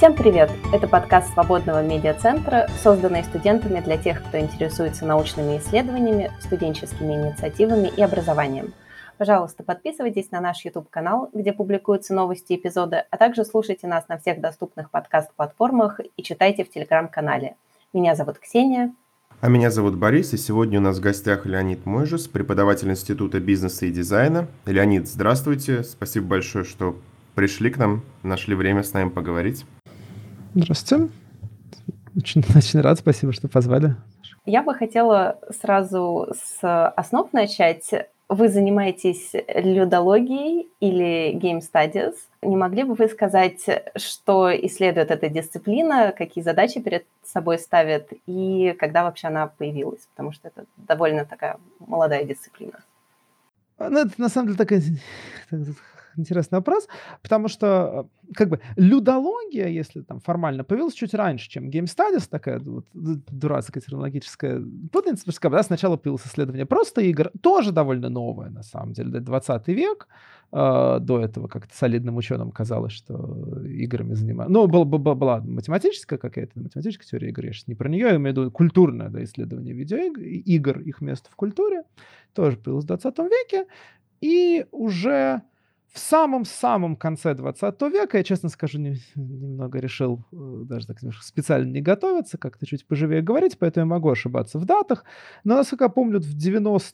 Всем привет! Это подкаст Свободного медиацентра, созданный студентами для тех, кто интересуется научными исследованиями, студенческими инициативами и образованием. Пожалуйста, подписывайтесь на наш YouTube-канал, где публикуются новости и эпизоды, а также слушайте нас на всех доступных подкаст-платформах и читайте в Телеграм-канале. Меня зовут Ксения. А меня зовут Борис, и сегодня у нас в гостях Леонид Мойжес, преподаватель Института бизнеса и дизайна. Леонид, здравствуйте, спасибо большое, что пришли к нам, нашли время с нами поговорить. Здравствуйте. Очень рад, спасибо, что позвали. Я бы хотела сразу с основ начать. Вы занимаетесь людологией или Game Studies. Не могли бы вы сказать, что исследует эта дисциплина, какие задачи перед собой ставит и когда вообще она появилась? Потому что это довольно такая молодая дисциплина. Ну, это на самом деле такая интересный вопрос, потому что людология, если там формально, появилась чуть раньше, чем Game Studies, такая вот дурацкая терминологическая путаница, потому что когда сначала появилось исследование просто игр, тоже довольно новое, на самом деле, 20 век. До этого как-то солидным ученым казалось, что играми занимаются. Ну, была математическая какая-то, математическая теория игр, я сейчас не про нее, я имею в виду культурное исследование видеоигр, их место в культуре, тоже появилось в 20 веке, и уже в самом-самом конце 20 века, я, честно скажу, немного решил даже так специально не готовиться, как-то чуть поживее говорить, поэтому я могу ошибаться в датах. Но, насколько я помню, в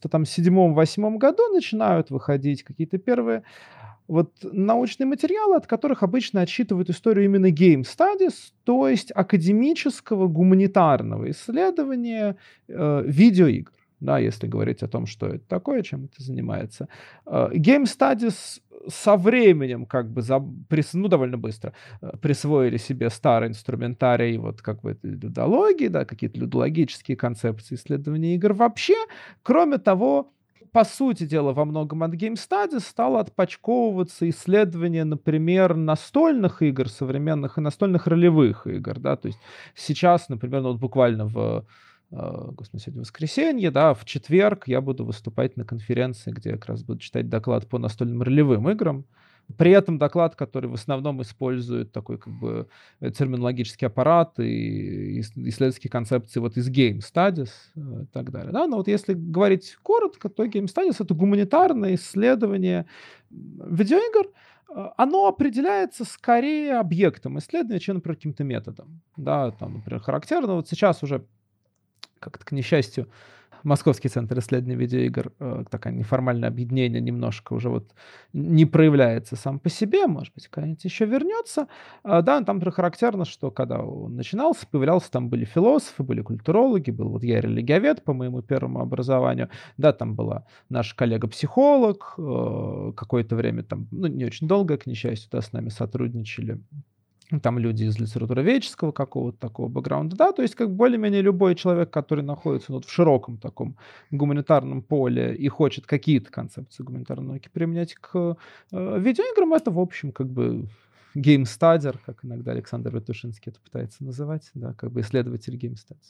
97-8 году начинают выходить какие-то первые научные материалы, от которых обычно отсчитывают историю именно Game Studies, то есть академического гуманитарного исследования видеоигр. Да, если говорить о том, что это такое, чем это занимается. Game Studies со временем довольно быстро присвоили себе старый инструментарий людологии, да, какие-то людологические концепции исследования игр вообще. Кроме того, по сути дела, во многом от Game Studies стало отпочковываться исследование, например, настольных игр современных и настольных ролевых игр. Да? То есть сейчас, например, буквально сегодня воскресенье, да, в четверг я буду выступать на конференции, где я как раз буду читать доклад по настольным ролевым играм. При этом доклад, который в основном использует такой терминологический аппарат и исследовательские концепции из Game Studies и так далее. Да? Но если говорить коротко, то Game Studies — это гуманитарное исследование видеоигр. Оно определяется скорее объектом исследования, чем, например, каким-то методом. Да, там, например, характерно. Сейчас уже как-то, к несчастью, Московский центр исследований видеоигр, такое неформальное объединение, немножко уже не проявляется сам по себе, может быть, когда-нибудь еще вернется. Да, там характерно, что когда он начинался, появлялся, там были философы, были культурологи, был я религиовед по моему первому образованию, да, там была наша коллега-психолог, какое-то время там, не очень долго, к несчастью, да, с нами сотрудничали. Там люди из литературоведческого какого-то такого бэкграунда, да, то есть более-менее любой человек, который находится в широком таком гуманитарном поле и хочет какие-то концепции гуманитарной науки применять к видеоиграм, это, в общем, геймстадер, как иногда Александр Ветушинский это пытается называть, да, исследователь геймстадис.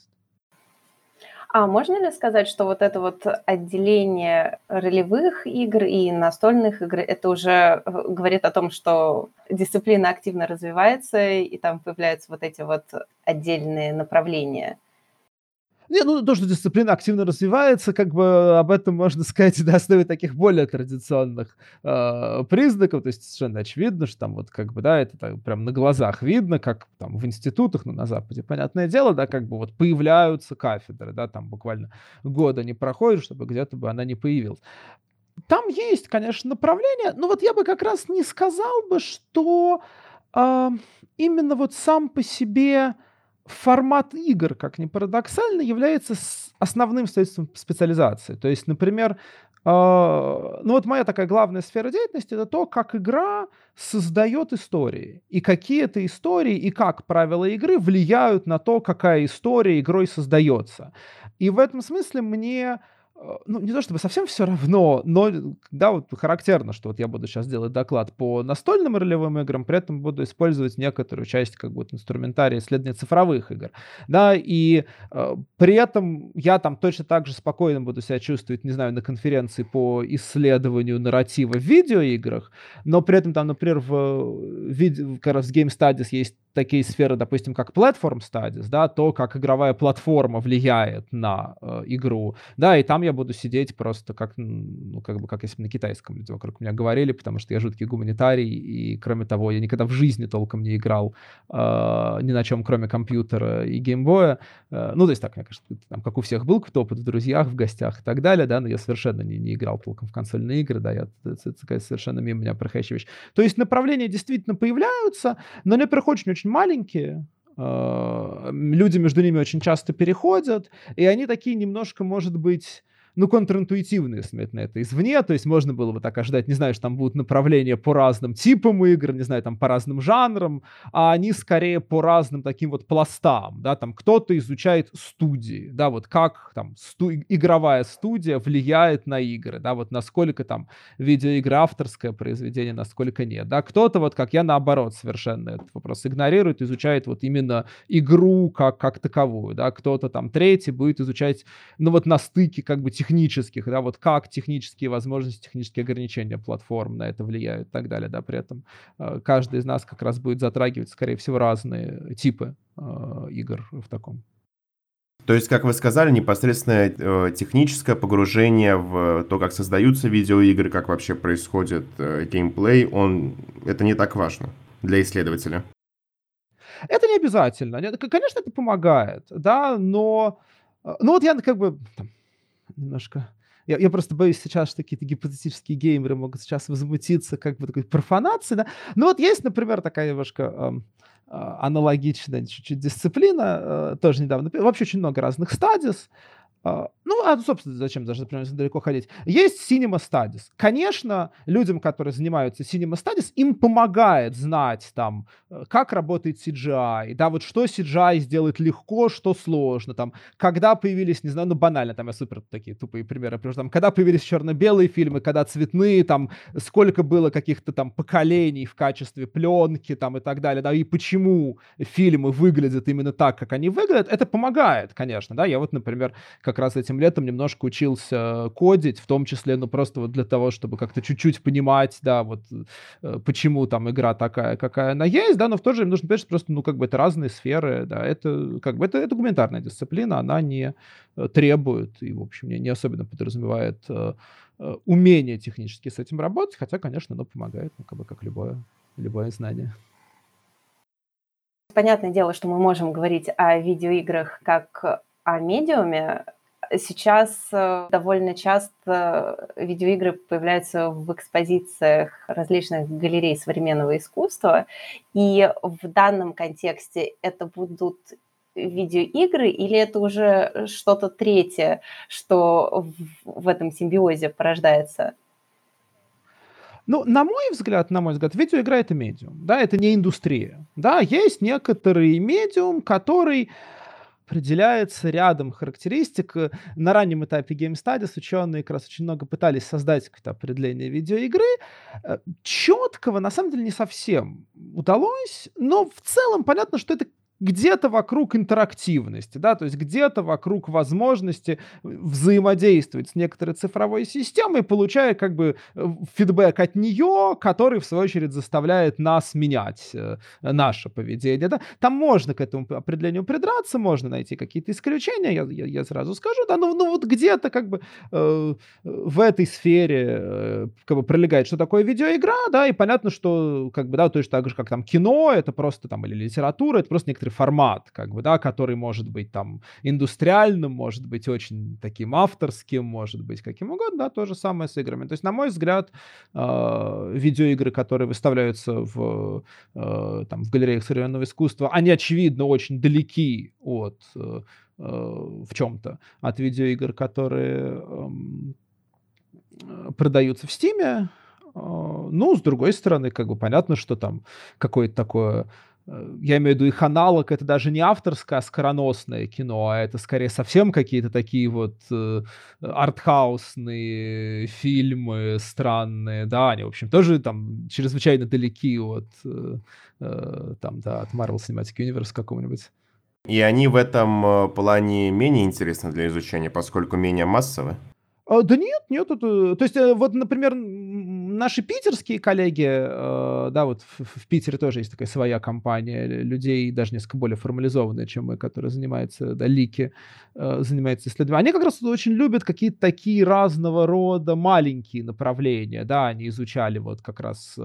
А можно ли сказать, что это отделение ролевых игр и настольных игр, это уже говорит о том, что дисциплина активно развивается, и там появляются эти отдельные направления? Не, то, что дисциплина активно развивается, об этом можно сказать на основе таких более традиционных признаков. То есть совершенно очевидно, что там это прям на глазах видно, как там в институтах, на Западе, понятное дело, да, появляются кафедры, да, там буквально года не проходит, чтобы где-то бы она не появилась. Там есть, конечно, направление, но я бы как раз не сказал бы, что именно сам по себе формат игр, как ни парадоксально, является основным средством специализации. То есть, например, моя такая главная сфера деятельности — это то, как игра создает истории. И какие это истории, и как правила игры влияют на то, какая история игрой создается. И в этом смысле мне ну, не то чтобы совсем все равно, но, да, вот характерно, что вот я буду сейчас делать доклад по настольным ролевым играм, при этом буду использовать некоторую часть как бы вот инструментария исследования цифровых игр, да, и при этом я там точно так же спокойно буду себя чувствовать, не знаю, на конференции по исследованию нарратива в видеоиграх, но при этом там, например, как раз в Game Studies есть такие сферы, допустим, как Platform Studies, да, то, как игровая платформа влияет на игру, да, и там я буду сидеть просто как, ну, как бы, как если бы на китайском люди вокруг меня говорили, потому что я жуткий гуманитарий, и, кроме того, я никогда в жизни толком не играл ни на чем, кроме компьютера и геймбоя. Ну, то есть так, мне кажется, там, как у всех был какой-то опыт в друзьях, в гостях и так далее, да, но я совершенно не играл толком в консольные игры, да, это такая совершенно мимо меня проходящая вещь. То есть направления действительно появляются, но они, во-первых, очень маленькие, люди между ними очень часто переходят, и они такие немножко, может быть, ну, контринтуитивные, смотреть на это извне, то есть можно было бы так ожидать, не знаю, что там будут направления по разным типам игр, не знаю, там по разным жанрам, а они скорее по разным таким вот пластам, да, там кто-то изучает студии, да, вот как там игровая студия влияет на игры, да, вот насколько там видеоигра авторское произведение, насколько нет, да, кто-то вот как я наоборот совершенно этот вопрос игнорирует, изучает вот именно игру как таковую, да, кто-то там третий будет изучать, ну вот на стыке как бы технических, да, вот как технические возможности, технические ограничения платформ на это влияют и так далее, да, при этом каждый из нас как раз будет затрагивать, скорее всего, разные типы игр в таком. То есть, как вы сказали, непосредственно техническое погружение в то, как создаются видеоигры, как вообще происходит геймплей, это не так важно для исследователя. Это не обязательно. Конечно, это помогает, да, но ну вот я как бы там, немножко... Я просто боюсь сейчас, что какие-то гипотетические геймеры могут сейчас возмутиться как бы такой профанацией, да. Ну вот есть, например, такая немножко аналогичная чуть-чуть дисциплина, тоже недавно. Вообще очень много разных стадис. Собственно, зачем даже например, далеко ходить? Есть Cinema Studies. Конечно, людям, которые занимаются Cinema Studies, им помогает знать там, как работает CGI, да, вот что CGI сделать легко, что сложно, там, когда появились, не знаю, ну, банально, там, я супер такие тупые примеры, потому что там, когда появились черно-белые фильмы, когда цветные, там, сколько было каких-то там поколений в качестве пленки, там, и так далее, да, и почему фильмы выглядят именно так, как они выглядят, это помогает, конечно, да, я вот, например, как раз этим летом немножко учился кодить, в том числе, ну, просто вот для того, чтобы как-то чуть-чуть понимать, да, вот почему там игра такая, какая она есть, да, но в то же время нужно понять, что просто, ну, как бы это разные сферы, да, это как бы это гуманитарная дисциплина, она не требует и, в общем, не особенно подразумевает умение технически с этим работать, хотя, конечно, оно помогает, ну, как любое знание. Понятное дело, что мы можем говорить о видеоиграх как о медиуме. Сейчас довольно часто видеоигры появляются в экспозициях различных галерей современного искусства, и в данном контексте это будут видеоигры или это уже что-то третье, что в этом симбиозе порождается? Ну, на мой взгляд, видеоигра — это медиум, да, это не индустрия. Да, есть некоторый медиум, который определяется рядом характеристик. На раннем этапе Game Studies ученые как раз очень много пытались создать какое-то определение видеоигры. Четкого, на самом деле, не совсем удалось, но в целом понятно, что это где-то вокруг интерактивности, да, то есть где-то вокруг возможности взаимодействовать с некоторой цифровой системой, получая как бы фидбэк от нее, который в свою очередь заставляет нас менять наше поведение, да. Там можно к этому определению придраться, можно найти какие-то исключения, я сразу скажу, да, ну вот где-то как бы в этой сфере как бы пролегает, что такое видеоигра, да, и понятно, что как бы, да, точно так же, как там кино, это просто там, или литература, это просто некоторый формат, как бы, да, который может быть там индустриальным, может быть очень таким авторским, может быть каким угодно, да, то же самое с играми. То есть, на мой взгляд, видеоигры, которые выставляются в галереях современного искусства, они, очевидно, очень далеки от в чем-то от видеоигр, которые продаются в Стиме. Ну, с другой стороны, как бы понятно, что там какое-то такое я имею в виду их аналог, это даже не авторское, а скороносное кино, а это скорее совсем какие-то такие вот артхаусные фильмы странные, да, они, в общем, тоже там чрезвычайно далеки от, там, да, от Marvel Cinematic Universe какого-нибудь. И они в этом плане менее интересны для изучения, поскольку менее массовы? Да нет, нет, это... То есть, вот, например, наши питерские коллеги, да, вот в Питере тоже есть такая своя компания людей, даже несколько более формализованная, чем мы, которые занимаются, да, лики, занимаются исследованием. Они как раз очень любят какие-то такие разного рода маленькие направления, да, они изучали вот как раз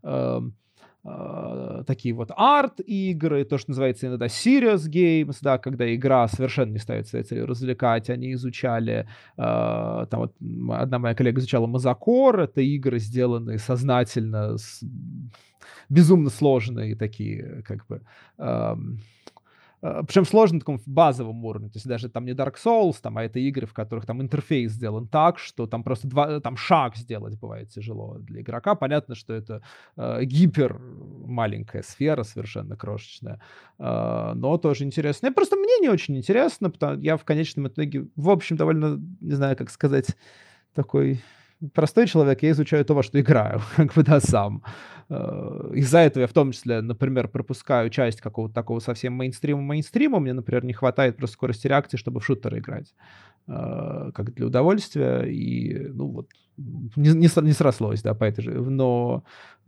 такие вот арт-игры, то, что называется иногда serious games, да, когда игра совершенно не ставит своей целью развлекать. Они изучали, там вот одна моя коллега изучала Мазакор, это игры, сделанные сознательно, безумно сложные такие, как бы, причем сложно на таком базовом уровне, то есть даже там не Dark Souls, там, а это игры, в которых там интерфейс сделан так, что там просто там шаг сделать бывает тяжело для игрока. Понятно, что это гипер маленькая сфера, совершенно крошечная, но тоже интересно. И просто мне не очень интересно, потому я в конечном итоге, в общем, довольно, не знаю, как сказать, такой простой человек, я изучаю то, во что играю, как бы, да, сам. Из-за этого я в том числе, например, пропускаю часть какого-то такого совсем мейнстрима. Мне, например, не хватает просто скорости реакции, чтобы в шутеры играть. Как для удовольствия. И, ну, вот, не срослось, да, по этой же... Но...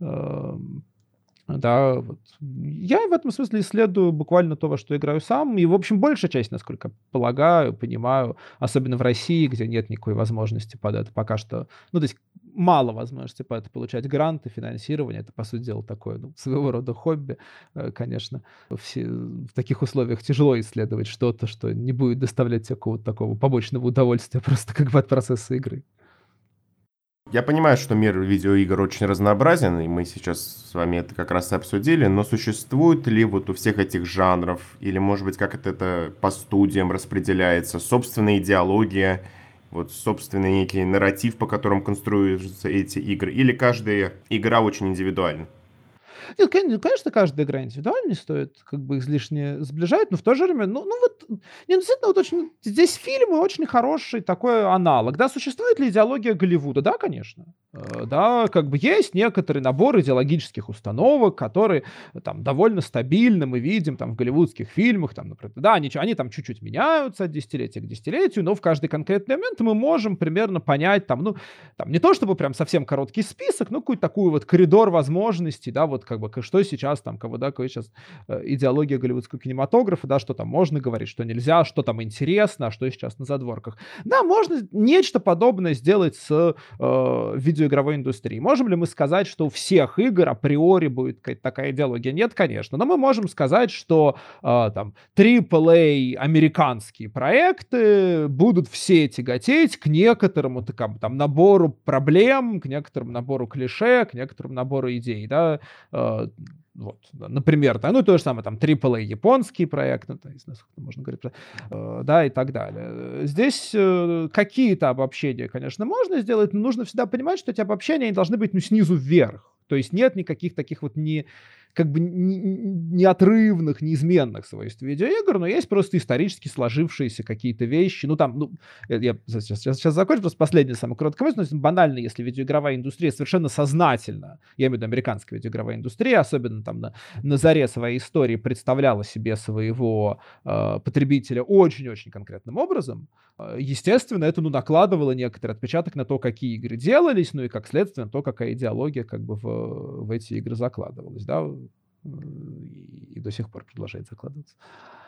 Да, вот. Я в этом смысле исследую буквально то, во что играю сам. И, в общем, большая часть, насколько полагаю, понимаю, особенно в России, где нет никакой возможности под это пока что... Ну, то есть мало возможности под это получать гранты, финансирование. Это, по сути дела, такое, ну, своего рода хобби, конечно. В таких условиях тяжело исследовать что-то, что не будет доставлять тебе какого-то такого побочного удовольствия просто как бы от процесса игры. Я понимаю, что мир видеоигр очень разнообразен, и мы сейчас с вами это как раз и обсудили, но существует ли вот у всех этих жанров, или, может быть, как это по студиям распределяется, собственная идеология, вот собственный некий нарратив, по которому конструируются эти игры, или каждая игра очень индивидуальна? Нет, конечно, каждая игра индивидуальна, не стоит как бы излишне сближать, но в то же время, ну вот, не, действительно, вот очень, здесь фильмы очень хороший такой аналог, да, существует ли идеология Голливуда? Да, конечно, да, как бы есть некоторый набор идеологических установок, которые там довольно стабильно мы видим там в голливудских фильмах, там, например, да, они там чуть-чуть меняются от десятилетия к десятилетию, но в каждый конкретный момент мы можем примерно понять там, ну, там не то чтобы прям совсем короткий список, но какую-то такую вот коридор возможностей, да, вот как бы что сейчас там, как бы, да, какая сейчас идеология голливудского кинематографа, да, что там можно говорить, что нельзя, что там интересно, а что сейчас на задворках. Да, можно нечто подобное сделать с видеоигровой индустрией. Можем ли мы сказать, что у всех игр априори будет какая-то такая идеология? Нет, конечно. Но мы можем сказать, что там AAA американские проекты будут все тяготеть к некоторому там набору проблем, к некоторому набору клише, к некоторому набору идей, да, вот, например, ну и то же самое, там, AAA японский проект, ну, не знаю, сколько можно говорить, да, и так далее. Здесь какие-то обобщения, конечно, можно сделать, но нужно всегда понимать, что эти обобщения, они должны быть, ну, снизу вверх. То есть нет никаких таких вот как бы неотрывных, неизменных свойств видеоигр, но есть просто исторически сложившиеся какие-то вещи. Ну, там, ну, я сейчас закончу, просто последняя, самая короткая мысль, но банально, если видеоигровая индустрия совершенно сознательно, я имею в виду американская видеоигровая индустрия, особенно там на заре своей истории представляла себе своего потребителя очень-очень конкретным образом, естественно, это, ну, накладывало некоторый отпечаток на то, какие игры делались, ну и, как следствие, на то, какая идеология как бы в эти игры закладывалась, да, и до сих пор продолжает закладываться.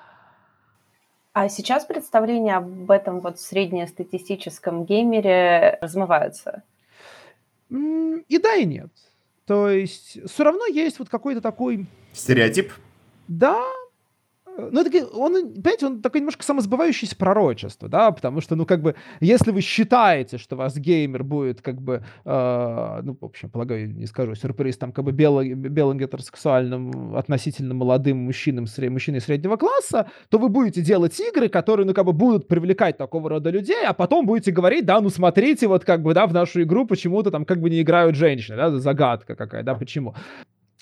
А сейчас представления об этом вот среднестатистическом геймере размываются? И да, и нет. То есть все равно есть вот какой-то такой... Стереотип? Да. Ну, понимаете, он такое немножко самосбывающееся пророчество, да, потому что, ну, как бы, если вы считаете, что вас геймер будет, как бы, ну, в общем, полагаю, не скажу, сюрприз, там, как бы, белым гетеросексуальным, относительно молодым мужчиной среднего класса, то вы будете делать игры, которые, ну, как бы, будут привлекать такого рода людей, а потом будете говорить, да, ну, смотрите, вот, как бы, да, в нашу игру почему-то там, как бы, не играют женщины, да, загадка какая, да, почему.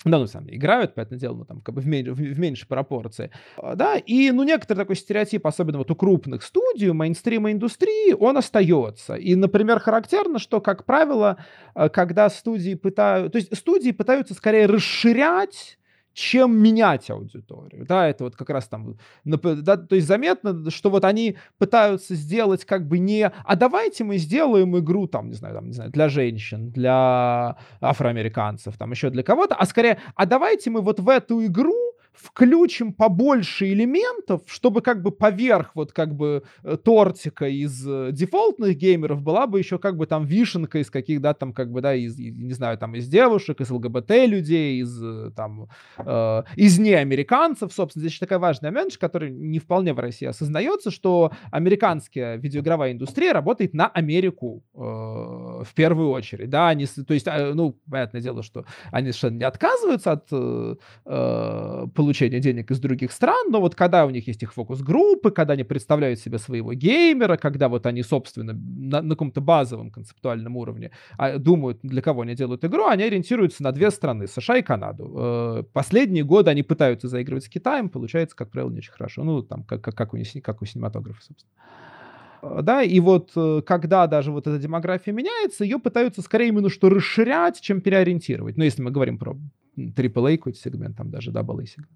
Да, ну, сами играют, понятное дело, но там как бы в меньшей пропорции. Да, и, ну, некоторый такой стереотип, особенно вот у крупных студий, у мейнстрима индустрии, он остается. И, например, характерно, что, как правило, когда то есть студии пытаются скорее расширять, чем менять аудиторию. Да, это вот как раз там, да, то есть заметно, что вот они пытаются сделать как бы не, а давайте мы сделаем игру там, не знаю, для женщин, для афроамериканцев, там еще для кого-то, а скорее, а давайте мы вот в эту игру включим побольше элементов, чтобы как бы поверх вот как бы тортика из дефолтных геймеров была бы еще как бы там вишенка из каких, да, там как бы, да, не знаю, там из девушек, из ЛГБТ людей, из там, из неамериканцев, собственно. Здесь еще такая важная момент, который не вполне в России осознается, что американская видеоигровая индустрия работает на Америку в первую очередь, да, они, то есть, ну, понятное дело, что они совершенно не отказываются от получения денег из других стран, но вот когда у них есть их фокус-группы, когда они представляют себе своего геймера, когда вот они, собственно, на каком-то базовом концептуальном уровне думают, для кого они делают игру, они ориентируются на две страны, США и Канаду. Последние годы они пытаются заигрывать с Китаем, получается, как правило, не очень хорошо. Ну, там, как у синематографа, собственно. Да, и вот когда даже вот эта демография меняется, ее пытаются скорее именно что расширять, чем переориентировать. Ну, если мы говорим про AAA какой-то сегмент, там даже AA сегмент.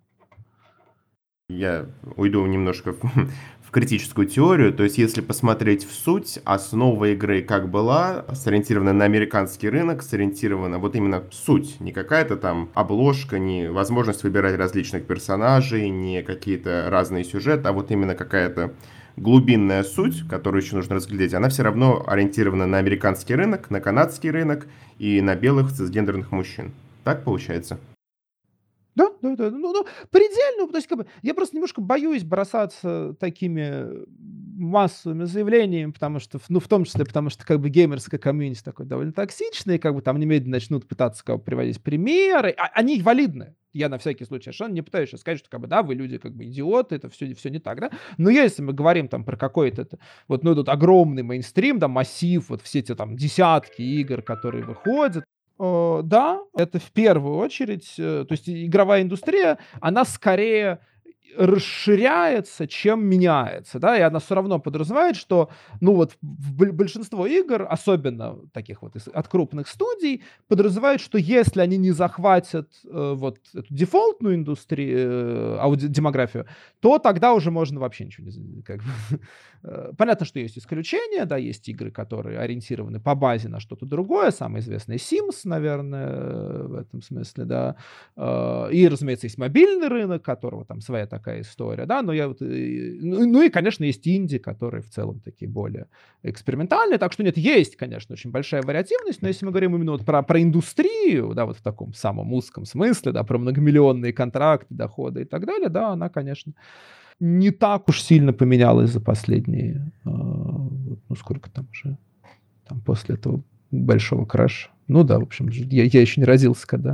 Я уйду немножко в критическую теорию. То есть, если посмотреть в суть, основа игры как была, сориентирована на американский рынок, сориентирована вот именно в суть. Не какая-то там обложка, не возможность выбирать различных персонажей, не какие-то разные сюжеты, а вот именно какая-то глубинная суть, которую еще нужно разглядеть, она все равно ориентирована на американский рынок, на канадский рынок и на белых цисгендерных мужчин. Так получается? Да. Ну, предельно, то есть, как бы, я просто немножко боюсь бросаться такими массовыми заявлениями, потому что, ну, в том числе, потому что, как бы, геймерская комьюнити такой довольно токсичная, и, как бы, там немедленно начнут пытаться, как бы, приводить примеры, они валидны. Я на всякий случай совершенно не пытаюсь сейчас сказать, что, как бы, да, вы люди, как бы, идиоты, это все не так, да. Но если мы говорим там про какой-то, вот, ну, тут огромный мейнстрим, да, массив, вот все эти там десятки игр, которые выходят, да, это в первую очередь, то есть игровая индустрия, она скорее расширяется, чем меняется, да, и она все равно подразумевает, что, ну, вот большинство игр, особенно таких вот от крупных студий, подразумевает, что если они не захватят вот эту дефолтную индустрию, демографию, то тогда уже можно вообще ничего не... Как бы, понятно, что есть исключения, да, есть игры, которые ориентированы по базе на что-то другое, самый известный Sims, наверное, в этом смысле, да, и, разумеется, есть мобильный рынок, которого там своя такая история, да, но я вот, ну и, конечно, есть инди, которые в целом такие более экспериментальные, так что нет, есть, конечно, очень большая вариативность, но если мы говорим именно вот про индустрию, да, вот в таком самом узком смысле, да, про многомиллионные контракты, доходы и так далее, да, она, конечно, не так уж сильно поменялась за последние, ну сколько там уже, там после этого большого краша. Ну да, в общем, я еще не родился, когда...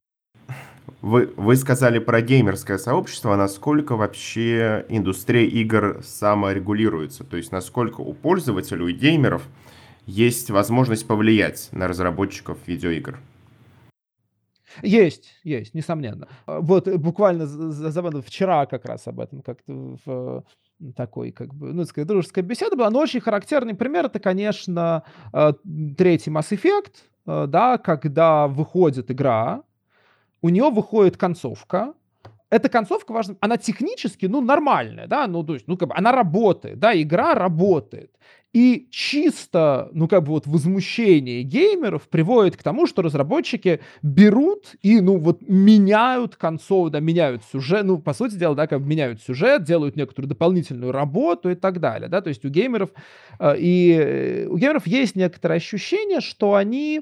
Вы сказали про геймерское сообщество, а насколько вообще индустрия игр саморегулируется? То есть насколько у пользователей, у геймеров есть возможность повлиять на разработчиков видеоигр? Есть, несомненно. Вот буквально вчера как раз об этом как-то в такой, как бы, ну, сказать, дружеская беседа была, но очень характерный пример, это, конечно, третий Mass Effect, да, когда выходит игра, у нее выходит концовка. Эта концовка важна, она технически, ну, нормальная, да, ну, то есть, ну, как бы она работает, да, игра работает. И чисто, ну, как бы вот возмущение геймеров приводит к тому, что разработчики берут и, ну, вот меняют концовку, да, меняют сюжет, ну, по сути дела, да, как бы меняют сюжет, делают некоторую дополнительную работу и так далее, да, то есть у геймеров есть некоторое ощущение, что они...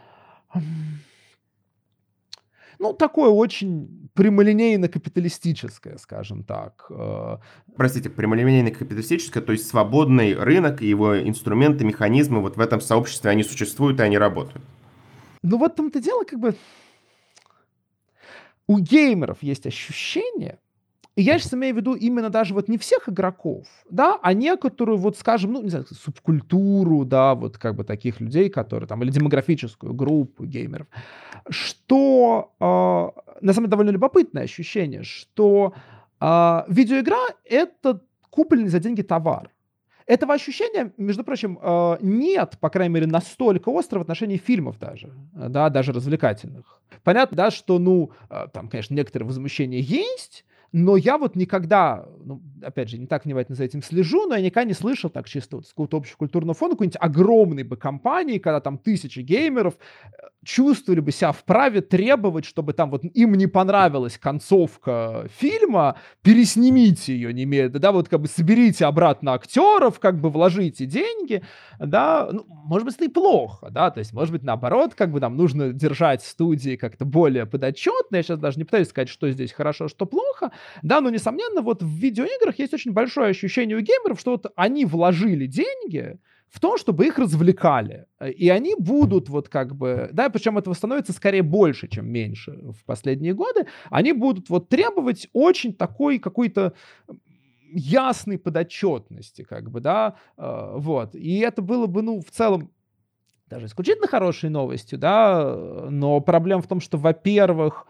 Ну, такое очень прямолинейно-капиталистическое, скажем так. Простите, прямолинейно-капиталистическое, то есть свободный рынок и его инструменты, механизмы вот в этом сообществе, они существуют и они работают. Ну, вот в том-то дело, как бы... У геймеров есть ощущение, И я сейчас имею в виду именно даже вот не всех игроков, да, а некоторую, вот скажем, ну, не знаю, субкультуру, да, вот как бы таких людей, которые там, или демографическую группу геймеров, что на самом деле довольно любопытное ощущение, что видеоигра — это купленный за деньги товар. Этого ощущения, между прочим, нет, по крайней мере, настолько остро в отношении фильмов даже, да, даже развлекательных. Понятно, да, что, ну, там, конечно, некоторые возмущения есть, но я вот никогда, ну, опять же, не так внимательно за этим слежу, но я никогда не слышал так чисто вот с какого-то общекультурного фона какой-нибудь огромной бы компании, когда там тысячи геймеров чувствовали бы себя вправе требовать, чтобы там вот им не понравилась концовка фильма, переснимите ее немедленно, да, вот как бы соберите обратно актеров, как бы вложите деньги, да, ну, может быть, это и плохо, да, то есть, может быть, наоборот, как бы нам нужно держать студии как-то более подотчетно, я сейчас даже не пытаюсь сказать, что здесь хорошо, что плохо, да, но, несомненно, вот в видеоиграх есть очень большое ощущение у геймеров, что вот они вложили деньги в то, чтобы их развлекали. И они будут вот как бы, да, причем этого становится скорее больше, чем меньше в последние годы, они будут вот требовать очень такой какой-то ясной подотчетности, как бы, да, вот. И это было бы, ну, в целом, даже исключительно хорошей новостью, да, но проблема в том, что, во-первых,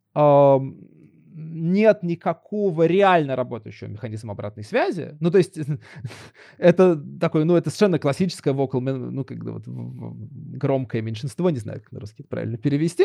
нет никакого реально работающего механизма обратной связи. Ну, то есть это такое, ну, это совершенно классическое vocal, ну, как бы вот громкое меньшинство, не знаю, как на русский это правильно перевести.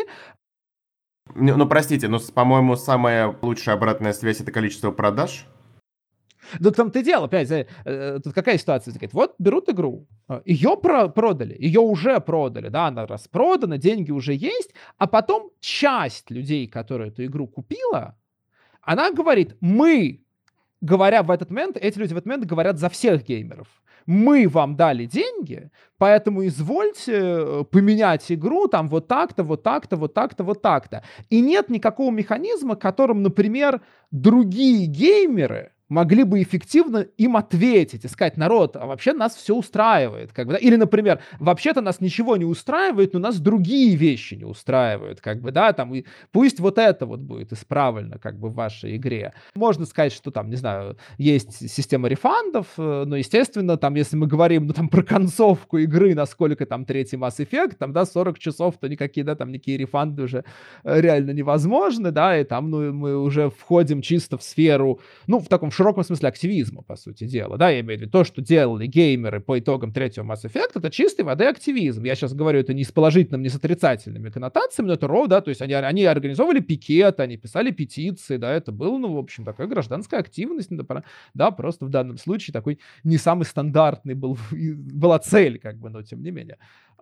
Ну, простите, но, по-моему, самая лучшая обратная связь — это количество продаж. Да там-то и дело, опять, тут какая ситуация возникает? Вот берут игру, ее продали, ее уже продали, да, она распродана, деньги уже есть, а потом часть людей, которые эту игру купила, она говорит, мы, говоря в этот момент, эти люди в этот момент говорят за всех геймеров. Мы вам дали деньги, поэтому извольте поменять игру там вот так-то, вот так-то, вот так-то, вот так-то. И нет никакого механизма, которым, например, другие геймеры могли бы эффективно им ответить и сказать: народ, а вообще нас все устраивает. Как бы, да? Или, например, вообще-то нас ничего не устраивает, но нас другие вещи не устраивают. Как бы, да, там, и пусть вот это вот будет исправлено как бы в вашей игре. Можно сказать, что там, не знаю, есть система рефандов, но, естественно, там, если мы говорим, ну, там, про концовку игры, насколько там третий Mass Effect, там, да, 40 часов, то никакие, да, там, никакие рефанды уже реально невозможны, да, и там, ну, мы уже входим чисто в сферу, ну, в таком широком смысле активизма, по сути дела, да, я имею в виду то, что делали геймеры по итогам третьего Mass Effect, это чистой воды активизм. Я сейчас говорю это не с положительным, не с отрицательными коннотациями, но это да, то есть они организовывали пикет, они писали петиции, да, это было, ну, в общем, такая гражданская активность, да, просто в данном случае такой не самый стандартный была цель, как бы, но тем не менее.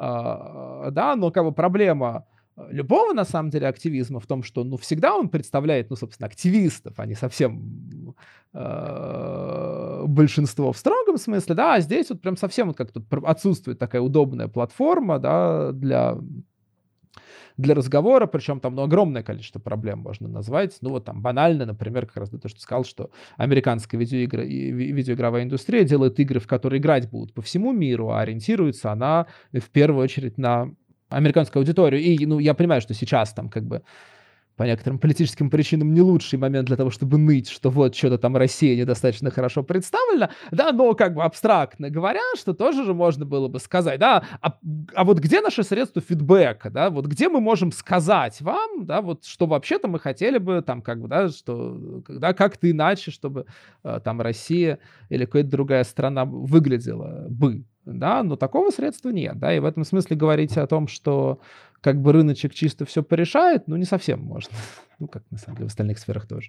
Да, но как бы проблема любого, на самом деле, активизма в том, что, ну, всегда он представляет, ну, собственно, активистов, а не совсем большинство в строгом смысле, да, а здесь вот прям совсем вот как тут отсутствует такая удобная платформа, да, для разговора, причем там, ну, огромное количество проблем можно назвать, ну, вот там банально, например, как раз то, что сказал, что американская видеоигровая индустрия делает игры, в которые играть будут по всему миру, а ориентируется она в первую очередь на американскую аудиторию. И, ну, я понимаю, что сейчас там как бы по некоторым политическим причинам не лучший момент для того, чтобы ныть, что вот что-то там Россия недостаточно хорошо представлена, да, но как бы абстрактно говоря, что тоже же можно было бы сказать, да, а вот где наши средства фидбэка, да, вот где мы можем сказать вам, да, вот что вообще-то мы хотели бы там как бы, да, что, да, как-то иначе, чтобы там Россия или какая-то другая страна выглядела бы, да, но такого средства нет, да, и в этом смысле говорить о том, что как бы рыночек чисто все порешает, ну, не совсем можно. Ну, как на самом деле в остальных сферах тоже.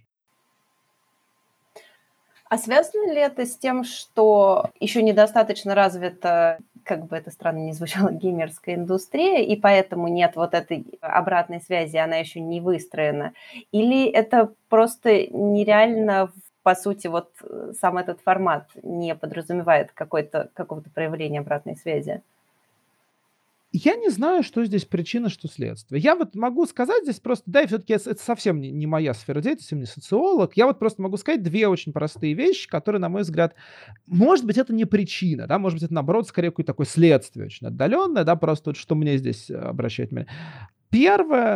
А связано ли это с тем, что еще недостаточно развита, как бы это странно ни звучало, геймерская индустрия, и поэтому нет вот этой обратной связи, она еще не выстроена? Или это просто нереально, по сути, вот сам этот формат не подразумевает какого-то проявления обратной связи? Я не знаю, что здесь причина, что следствие. Я вот могу сказать здесь просто, да, и все-таки это совсем не моя сфера деятельности, я не социолог. Я вот просто могу сказать две очень простые вещи, которые, на мой взгляд, может быть, это не причина, да, может быть, это, наоборот, скорее какое-то такое следствие очень отдаленное, да, просто вот что мне здесь обращает внимание. Первое —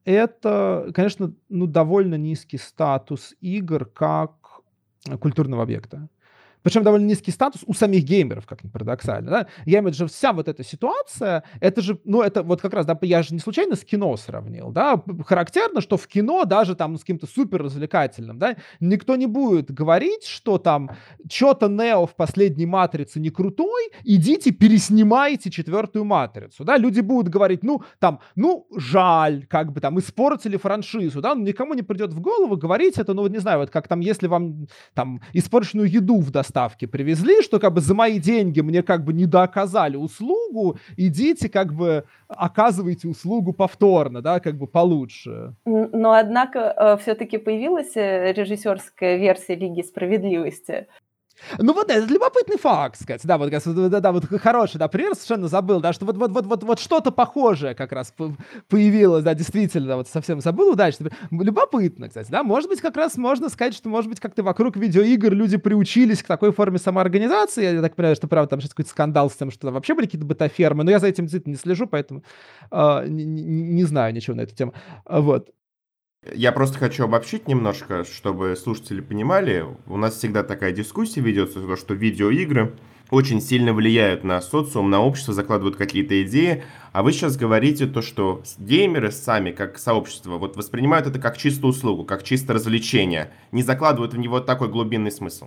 это, конечно, довольно низкий статус игр как культурного объекта. Причем довольно низкий статус у самих геймеров, как ни парадоксально. Да? Я имею в виду, что вся вот эта ситуация, это же, это вот как раз, да, я же не случайно с кино сравнил, да, характерно, что в кино даже там с каким-то супер развлекательным, да, никто не будет говорить, что там что-то Нео в последней «Матрице» не крутой, идите переснимайте четвертую «Матрицу», да, люди будут говорить, жаль, как бы там, испортили франшизу, да, но никому не придет в голову говорить это, не знаю, вот как там, если вам там испорченную еду в доставке привезли, что как бы за мои деньги мне как бы не дооказали услугу, идите как бы оказывайте услугу повторно, да, как бы получше. Но, однако, все-таки появилась режиссерская версия «Лиги справедливости». Это любопытный факт, сказать. Да, вот хороший, да, пример, совершенно забыл, да, что вот что-то похожее как раз появилось, да, действительно, вот совсем забыл удачно. Любопытно, кстати, да, может быть, как раз можно сказать, что, может быть, как-то вокруг видеоигр люди приучились к такой форме самоорганизации. Я так понимаю, что, правда, там сейчас какой-то скандал с тем, что там вообще были какие-то бета-фермы, но я за этим действительно не слежу, поэтому не знаю ничего на эту тему. Вот. Я просто хочу обобщить немножко, чтобы слушатели понимали. У нас всегда такая дискуссия ведется, что видеоигры очень сильно влияют на социум, на общество, закладывают какие-то идеи. А вы сейчас говорите то, что геймеры сами, как сообщество, вот воспринимают это как чистую услугу, как чисто развлечение, не закладывают в него такой глубинный смысл.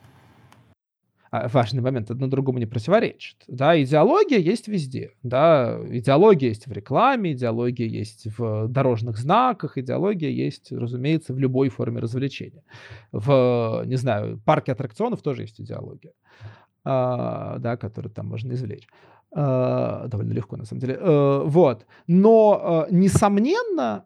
Важный момент, одно другому не противоречит. Да, идеология есть везде. Да, идеология есть в рекламе, идеология есть в дорожных знаках, идеология есть, разумеется, в любой форме развлечения. В, не знаю, парке аттракционов тоже есть идеология, да, которую там можно извлечь. Довольно легко, на самом деле. Вот. Но, несомненно,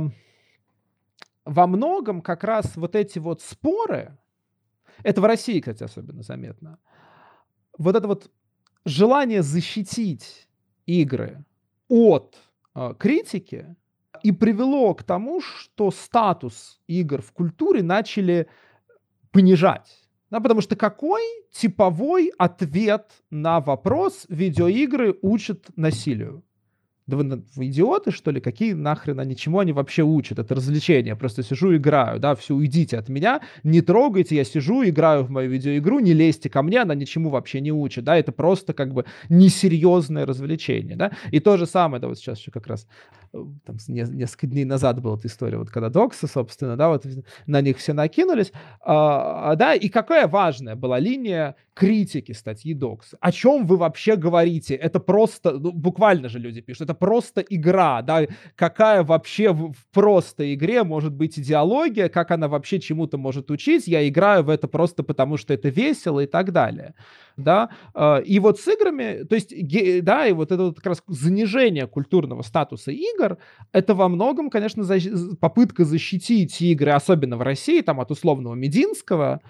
во многом как раз вот эти вот споры, это в России, кстати, особенно заметно. Вот это вот желание защитить игры от критики и привело к тому, что статус игр в культуре начали понижать. Да, потому что какой типовой ответ на вопрос видеоигры учат насилию? Да вы идиоты, что ли? Какие нахрен они, чему они вообще учат? Это развлечение. Я просто сижу, играю, да, все, уйдите от меня, не трогайте, я сижу, играю в мою видеоигру, не лезьте ко мне, она ничему вообще не учит, да, это просто как бы несерьезное развлечение, да. И то же самое, да, вот сейчас еще как раз там, несколько дней назад была эта история, вот когда доксы, собственно, да, вот на них все накинулись, да, и какая важная была линия критики статьи доксы. О чем вы вообще говорите? Это просто, буквально же люди пишут, это просто игра, да, какая вообще в просто игре может быть идеология, как она вообще чему-то может учить, я играю в это просто потому, что это весело и так далее, да, и вот с играми, то есть, да, и вот это вот как раз занижение культурного статуса игр, это во многом, конечно, попытка защитить игры, особенно в России, там, от условного Мединского,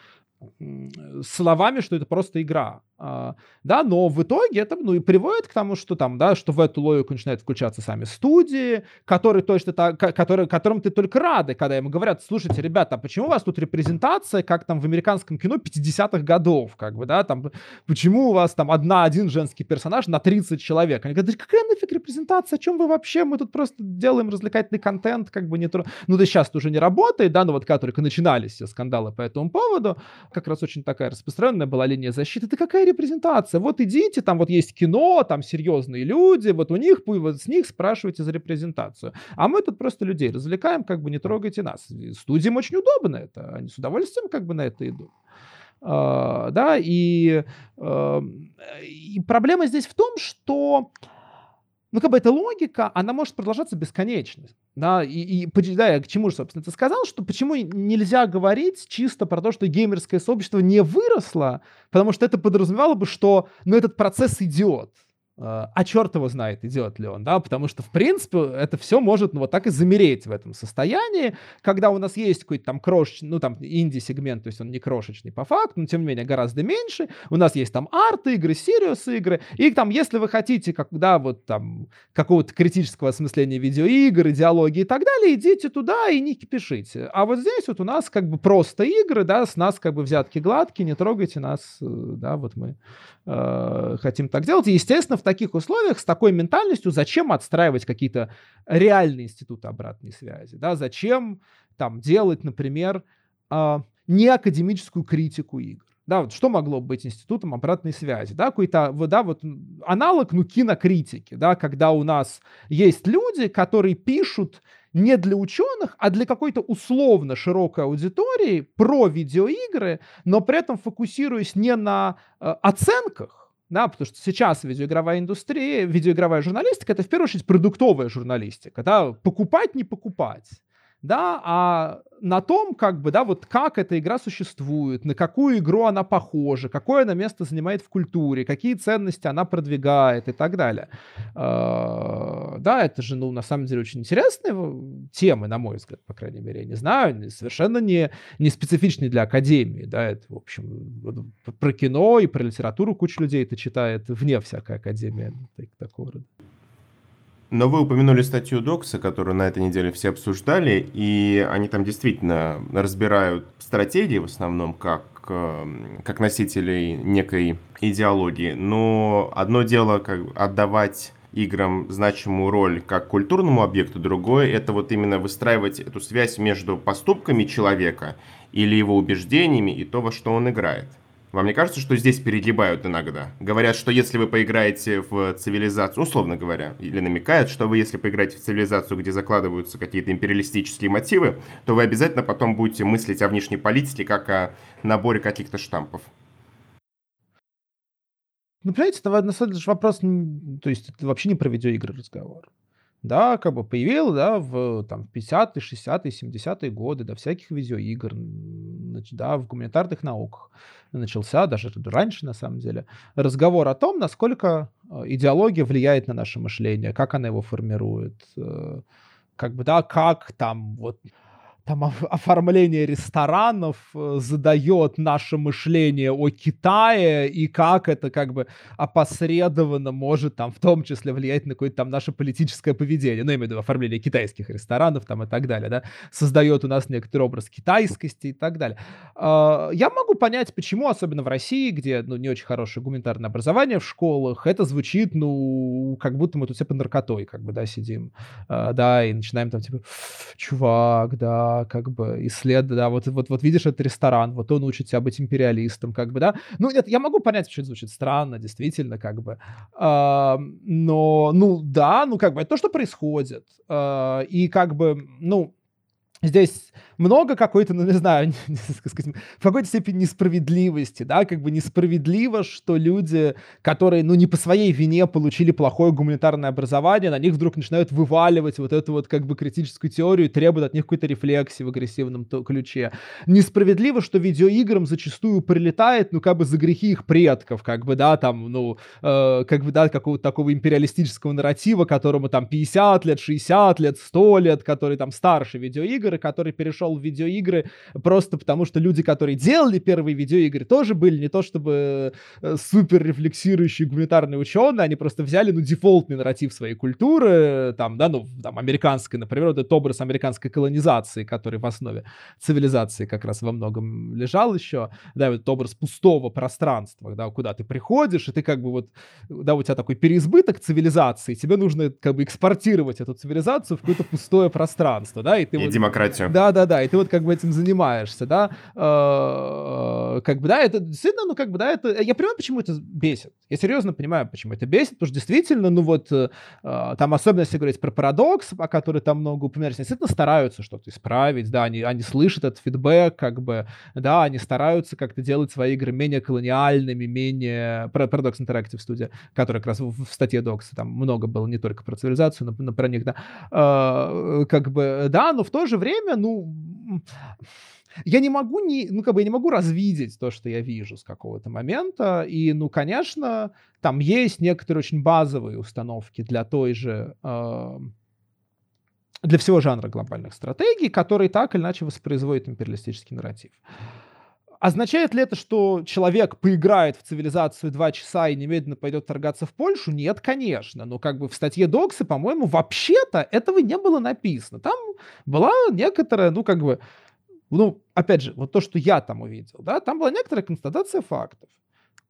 словами, что это просто игра. Да, но в итоге это, и приводит к тому, что там, да, что в эту логику начинают включаться сами студии, которые точно так, которым ты только рады, когда им говорят: слушайте, ребята, а почему у вас тут репрезентация, как там в американском кино 50-х годов, как бы, да, там, почему у вас там один женский персонаж на 30 человек? Они говорят: да какая нафиг репрезентация, о чем вы вообще, мы тут просто делаем развлекательный контент, как бы не то, да сейчас это уже не работает, да, но вот когда только начинались все скандалы по этому поводу, как раз очень такая распространенная была линия защиты. Да какая репрезентация? Вот идите, там вот есть кино, там серьезные люди, вот у них, вот с них спрашивайте за репрезентацию. А мы тут просто людей развлекаем, как бы не трогайте нас. Студиям очень удобно это, они с удовольствием как бы на это идут. Да, и проблема здесь в том, что как бы эта логика, она может продолжаться бесконечно. Да, да, я к чему же, собственно, ты сказал, что почему нельзя говорить чисто про то, что геймерское сообщество не выросло, потому что это подразумевало бы, что этот процесс идет. А черт его знает, идет ли он, да, потому что, в принципе, это все может, вот так и замереть в этом состоянии, когда у нас есть какой-то там крошечный, там, инди-сегмент, то есть он не крошечный по факту, но, тем не менее, гораздо меньше, у нас есть там арт-игры, сериус-игры, и там, если вы хотите, вот там, какого-то критического осмысления видеоигр, идеологии и так далее, идите туда и не кипишите. А вот здесь вот у нас как бы просто игры, да, с нас как бы взятки гладкие, не трогайте нас, да, вот мы хотим так делать. И, естественно, в таких условиях, с такой ментальностью, зачем отстраивать какие-то реальные институты обратной связи, да, зачем там делать, например, не академическую критику игр. Да, вот что могло бы быть институтом обратной связи? Да, какой-то вот аналог, кинокритики, да, когда у нас есть люди, которые пишут не для ученых, а для какой-то условно широкой аудитории про видеоигры, но при этом фокусируясь не на оценках, да, потому что сейчас видеоигровая индустрия, видеоигровая журналистика — это в первую очередь продуктовая журналистика, да, покупать, не покупать. Да, а на том, вот как эта игра существует, на какую игру она похожа, какое она место занимает в культуре, какие ценности она продвигает и так далее. Да, это же, на самом деле, очень интересные темы, на мой взгляд, по крайней мере, я не знаю, совершенно не специфичные для академии, да, это, в общем, про кино и про литературу куча людей это читает вне всякой академии такого рода. Но вы упомянули статью Докса, которую на этой неделе все обсуждали, и они там действительно разбирают стратегии в основном как носителей некой идеологии. Но одно дело отдавать играм значимую роль как культурному объекту, другое — это вот именно выстраивать эту связь между поступками человека или его убеждениями и то, во что он играет. Вам не кажется, что здесь перегибают иногда? Говорят, что если вы поиграете в цивилизацию, условно говоря, или намекают, что вы, если поиграете в цивилизацию, где закладываются какие-то империалистические мотивы, то вы обязательно потом будете мыслить о внешней политике как о наборе каких-то штампов. Понимаете, это на самом деле вопрос, то есть это вообще не про видеоигры разговор. Да, появилось, да, в 50-е, 60-е, 70-е годы, да, всяких видеоигр, да, в гуманитарных науках начался, даже раньше, на самом деле, разговор о том, насколько идеология влияет на наше мышление, как она его формирует, как там оформление ресторанов задает наше мышление о Китае, и как это опосредованно может в том числе влиять на какое-то наше политическое поведение. Я имею в виду оформление китайских ресторанов и так далее, да, создает у нас некоторый образ китайскости и так далее. Я могу понять, почему, особенно в России, где, не очень хорошее гуманитарное образование в школах, это звучит, как будто мы тут все под наркотой, сидим, да, и начинаем чувак, да, исследовать, да, вот видишь этот ресторан, вот он учит тебя быть империалистом, да. Нет, я могу понять, что это звучит странно, действительно, но, да, это то, что происходит, и здесь много какой-то, не знаю, в какой-то степени несправедливости, да, несправедливо, что люди, которые, не по своей вине получили плохое гуманитарное образование, на них вдруг начинают вываливать вот эту критическую теорию и требуют от них какой-то рефлексии в агрессивном ключе. Несправедливо, что видеоиграм зачастую прилетает, за грехи их предков, да, какого-то такого империалистического нарратива, которому 50 лет, 60 лет, 100 лет, который старше видеоигр, который перешел в видеоигры просто потому, что люди, которые делали первые видеоигры, тоже были не то чтобы супер рефлексирующие гуманитарные ученые, они просто взяли, дефолтный нарратив своей культуры, американской, например, этот образ американской колонизации, который в основе цивилизации как раз во многом лежал еще, да, этот образ пустого пространства, да, куда ты приходишь, и ты да, у тебя такой переизбыток цивилизации, тебе нужно экспортировать эту цивилизацию в какое-то пустое пространство, да, и ты демократию. Да, и ты этим занимаешься, да. Да, это действительно, да, это... Я понимаю, почему это бесит. Я серьезно понимаю, почему это бесит, потому что действительно, особенно если говорить про парадокс, о котором там много упоминали, действительно стараются что-то исправить, да, они слышат этот фидбэк, да, они стараются как-то делать свои игры менее колониальными, менее... Paradox Interactive Studio, которая как раз в статье Докса, там много было не только про цивилизацию, но про них, да. Да, но в то же время, я не могу я не могу развидеть то, что я вижу с какого-то момента, и, конечно, там есть некоторые очень базовые установки для той же, для всего жанра глобальных стратегий, которые так или иначе воспроизводят империалистический нарратив. Означает ли это, что человек поиграет в цивилизацию 2 часа и немедленно пойдет торгаться в Польшу? Нет, конечно. Но в статье Докса, по-моему, вообще-то этого не было написано. Там была некоторая, опять же, вот то, что я там увидел, да, там была некоторая констатация фактов.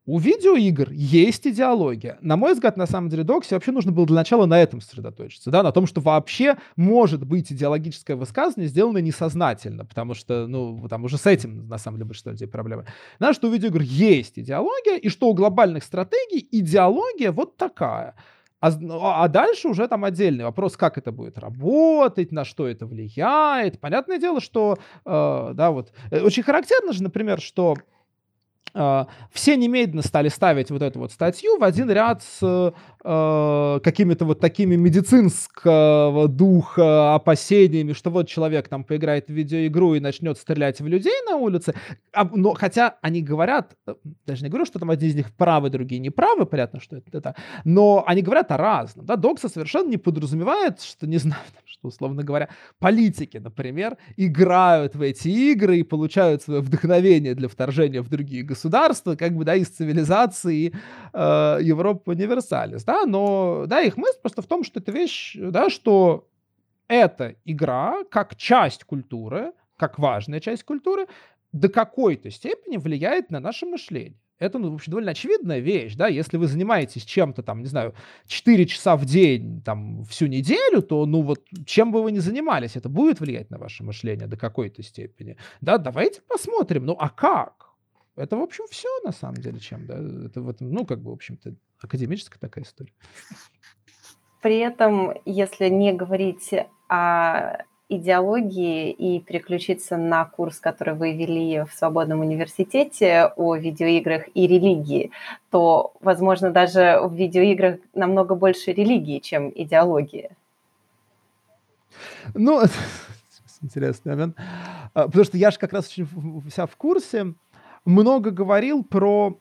У видеоигр есть идеология. На мой взгляд, на самом деле, Доксе вообще нужно было для начала на этом сосредоточиться, да, на том, что вообще может быть идеологическое высказывание, сделанное несознательно, потому что, ну, там уже с этим, на самом деле, большинство людей проблемы. Знаешь, что у видеоигр есть идеология, и что у глобальных стратегий идеология вот такая. А дальше уже там отдельный вопрос, как это будет работать, на что это влияет. Понятное дело, что, да, вот, очень характерно же, например, что все немедленно стали ставить вот эту вот статью в один ряд с какими-то вот такими медицинского духа опасениями, что вот человек там поиграет в видеоигру и начнет стрелять в людей на улице. Но хотя они говорят, даже не говорю, что там одни из них правы, другие неправы, понятно, что это, но они говорят о разном. Да? Докса совершенно не подразумевает, что, не знаю, что, условно говоря, политики, например, играют в эти игры и получают свое вдохновение для вторжения в другие государства, как бы, да, из цивилизации Европы универсалис, да, но, да, их мысль просто в том, что это вещь, да, что эта игра как часть культуры, как важная часть культуры, до какой-то степени влияет на наше мышление. Это, ну, в общем, довольно очевидная вещь, да, если вы занимаетесь чем-то, там, не знаю, 4 часа в день, там, всю неделю, то, ну, вот, чем бы вы ни занимались, это будет влиять на ваше мышление до какой-то степени. Да, давайте посмотрим, ну, а как? Это, в общем, все, на самом деле, чем, да, это в этом, ну, как бы, в общем-то, академическая такая история. При этом, если не говорить о идеологии и переключиться на курс, который вы вели в свободном университете о видеоиграх и религии, то, возможно, даже в видеоиграх намного больше религии, чем идеологии. Ну, интересный момент. Потому что я же как раз очень вся в курсе много говорил про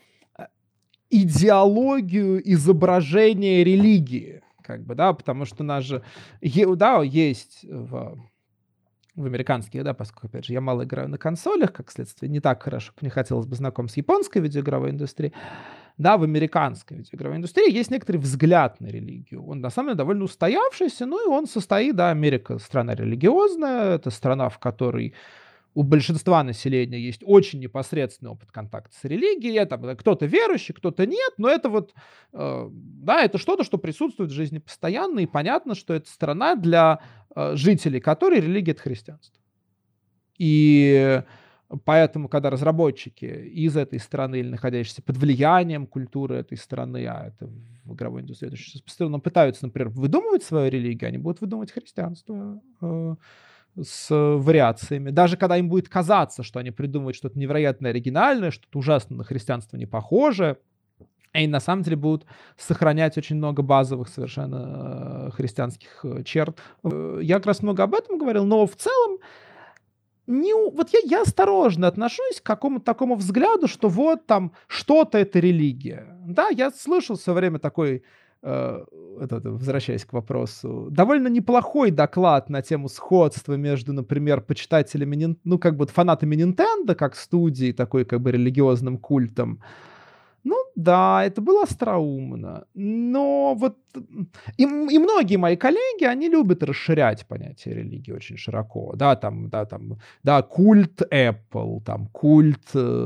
идеологию изображения религии, как бы, да, потому что у нас же, да, есть в американских, да, поскольку, опять же, я мало играю на консолях, как следствие, не так хорошо, мне хотелось бы знаком с японской видеоигровой индустрией, да, в американской видеоигровой индустрии есть некоторый взгляд на религию. Он, на самом деле, довольно устоявшийся, ну, и он состоит, да, Америка страна религиозная, это страна, в которой у большинства населения есть очень непосредственный опыт контакта с религией. Там кто-то верующий, кто-то нет, но это вот, да, это что-то, что присутствует в жизни постоянно, и понятно, что это страна для жителей которой религия — это христианство. И поэтому, когда разработчики из этой страны или находящиеся под влиянием культуры этой страны, а это в игровой индустрии очень постоянно пытаются, например, выдумывать свою религию, они будут выдумывать христианство с вариациями. Даже когда им будет казаться, что они придумывают что-то невероятно оригинальное, что-то ужасно на христианство не похожее, и на самом деле будут сохранять очень много базовых совершенно христианских черт. Я как раз много об этом говорил, но в целом вот я осторожно отношусь к какому-то такому взгляду, что вот там что-то это религия. Да, я слышал все время такой, возвращаясь к вопросу, довольно неплохой доклад на тему сходства между, например, почитателями, ну, как бы фанатами Nintendo, как студии, такой как бы религиозным культом. Ну, да, это было остроумно, но вот и многие мои коллеги, они любят расширять понятие религии очень широко, да, культ Apple, там, культ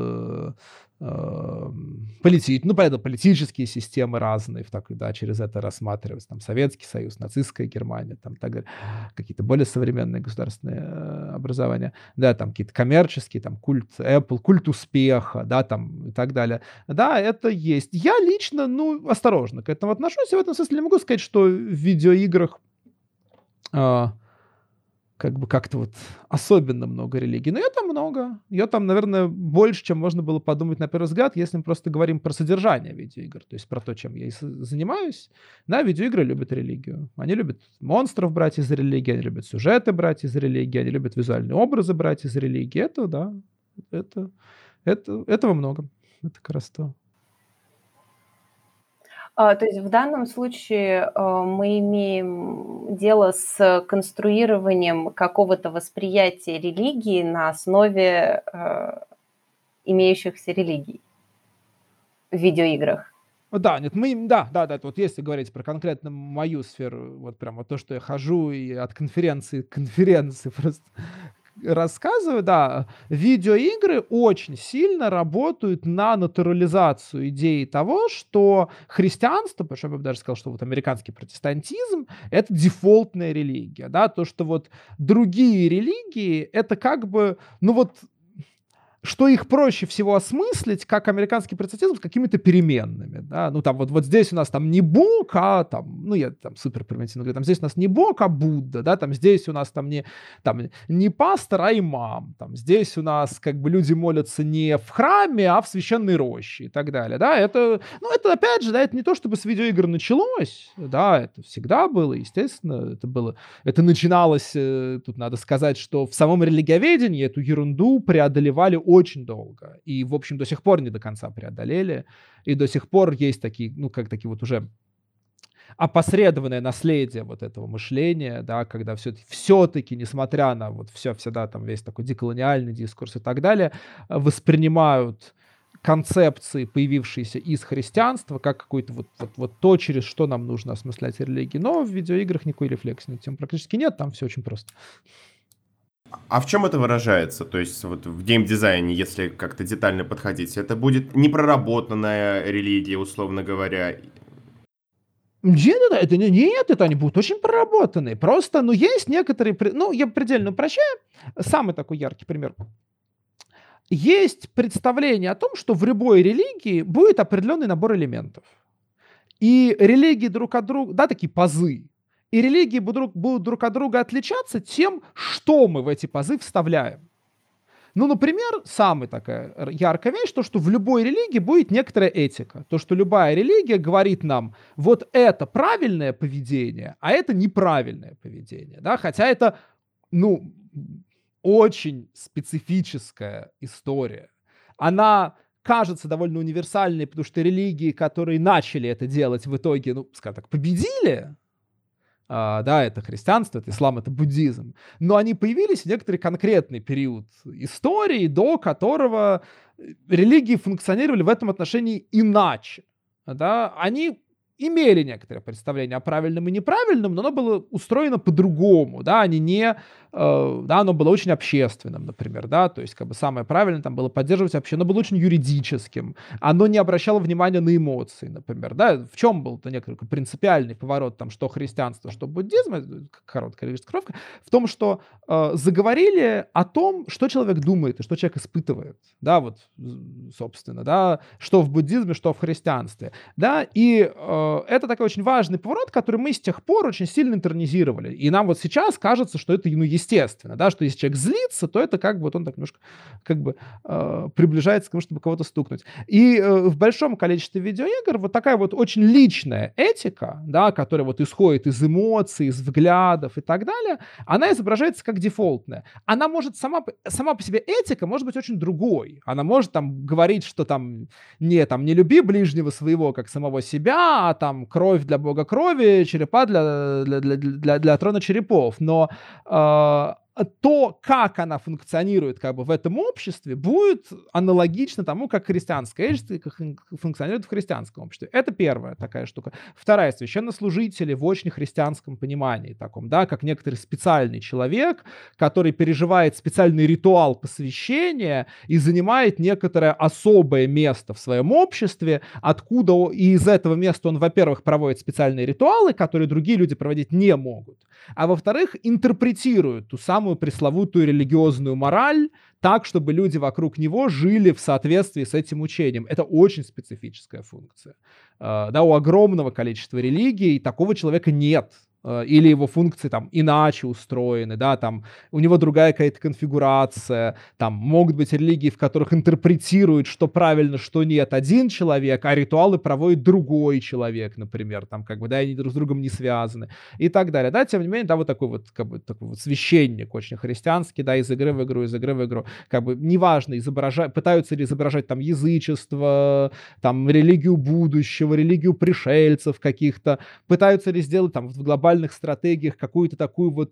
понятно, политические системы разные, да, через это рассматриваются, там, Советский Союз, нацистская Германия, там, так далее, какие-то более современные государственные образования, да, там, какие-то коммерческие, там, культ Apple, культ успеха, да, там, и так далее. Да, это есть. Я лично, ну, осторожно к этому отношусь, и в этом смысле не могу сказать, что в видеоиграх как бы как-то вот особенно много религий. Но ее там много. Ее там, наверное, больше, чем можно было подумать на первый взгляд, если мы просто говорим про содержание видеоигр, то есть про то, чем я занимаюсь. Да, видеоигры любят религию. Они любят монстров брать из религии, они любят сюжеты брать из религии, они любят визуальные образы брать из религии. Это, да, этого много. Это как раз то. То есть в данном случае мы имеем дело с конструированием какого-то восприятия религии на основе имеющихся религий в видеоиграх. Да, нет, да, вот если говорить про конкретно мою сферу, вот прямо то, что я хожу и от конференции к конференции просто рассказываю, да, видеоигры очень сильно работают на натурализацию идеи того, что христианство, причем я бы даже сказал, что вот американский протестантизм — это дефолтная религия, да, то, что вот другие религии — это как бы, ну вот, что их проще всего осмыслить, как американский протестантизм, с какими-то переменными, да, ну там вот здесь у нас там не Бог, а там, ну я там супер примитивно говорю, там здесь у нас не Бог, а Будда, да, там здесь у нас там не пастор, а имам, там здесь у нас как бы люди молятся не в храме, а в священной роще и так далее, да, это, ну это опять же, да, это не то, чтобы с видеоигр началось, да, это всегда было, естественно, это начиналось, тут надо сказать, что в самом религиоведении эту ерунду преодолевали очень долго. И, в общем, до сих пор не до конца преодолели. И до сих пор есть такие, ну, как такие вот уже опосредованное наследие вот этого мышления, да, когда все-таки, несмотря на вот всегда там весь такой деколониальный дискурс и так далее, воспринимают концепции, появившиеся из христианства, как какое-то вот то, через что нам нужно осмыслять религии. Но в видеоиграх никакой рефлексии на тему практически нет, там все очень просто. А в чем это выражается? То есть вот в геймдизайне, если как-то детально подходить, это будет непроработанная религия, условно говоря? Нет, это они будут очень проработанные. Просто, ну, есть некоторые... Ну, я предельно упрощаю. Самый такой яркий пример. Есть представление о том, что в любой религии будет определенный набор элементов. И религии друг от друга... Да, такие пазы. И религии будут друг от друга отличаться тем, что мы в эти пазы вставляем. Ну, например, самая такая яркая вещь, то, что в любой религии будет некоторая этика. То, что любая религия говорит нам, вот это правильное поведение, а это неправильное поведение. Да? Хотя это, ну, очень специфическая история. Она кажется довольно универсальной, потому что религии, которые начали это делать, в итоге, ну, скажем так, победили. Да, это христианство, это ислам, это буддизм. Но они появились в некоторый конкретный период истории, до которого религии функционировали в этом отношении иначе. Да? Они имели некоторое представление о правильном и неправильном, но оно было устроено по-другому. Да? Да, оно было очень общественным, например. Да? То есть как бы самое правильное там было поддерживать вообще. Оно было очень юридическим. Оно не обращало внимания на эмоции, например. Да? В чем был-то некоторый принципиальный поворот, там, что христианство, что буддизм, короткая расшифровка, в том, что заговорили о том, что человек думает и что человек испытывает. Да, вот, собственно, да, что в буддизме, что в христианстве. Да, и это такой очень важный поворот, который мы с тех пор очень сильно интернизировали. И нам вот сейчас кажется, что это, ну, естественно, да, что если человек злится, то это как бы вот он так немножко как бы приближается к тому, чтобы кого-то стукнуть. И в большом количестве видеоигр вот такая вот очень личная этика, да, которая вот исходит из эмоций, из взглядов и так далее, она изображается как дефолтная. Она может сама по себе этика может быть очень другой. Она может там говорить, что там не люби ближнего своего, как самого себя, а там кровь для бога крови, черепа для трона черепов. Но то, как она функционирует как бы в этом обществе, будет аналогично тому, как христианская этика функционирует в христианском обществе. Это первая такая штука. Вторая, священнослужители в очень христианском понимании таком, да, как некоторый специальный человек, который переживает специальный ритуал посвящения и занимает некоторое особое место в своем обществе, откуда и из этого места он, во-первых, проводит специальные ритуалы, которые другие люди проводить не могут, а во-вторых, интерпретирует ту самую пресловутую религиозную мораль так, чтобы люди вокруг него жили в соответствии с этим учением. Это очень специфическая функция. Да, у огромного количества религий такого человека нет. Или его функции там иначе устроены, да, там у него другая какая-то конфигурация, там могут быть религии, в которых интерпретируют, что правильно, что нет, один человек, а ритуалы проводит другой человек, например, там как бы, да, они друг с другом не связаны и так далее, да, тем не менее, да, вот такой вот, как бы, такой вот священник очень христианский, да, из игры в игру, как бы, неважно, пытаются ли изображать там язычество, там религию будущего, религию пришельцев каких-то, пытаются ли сделать там в глобальных стратегиях какую-то такую вот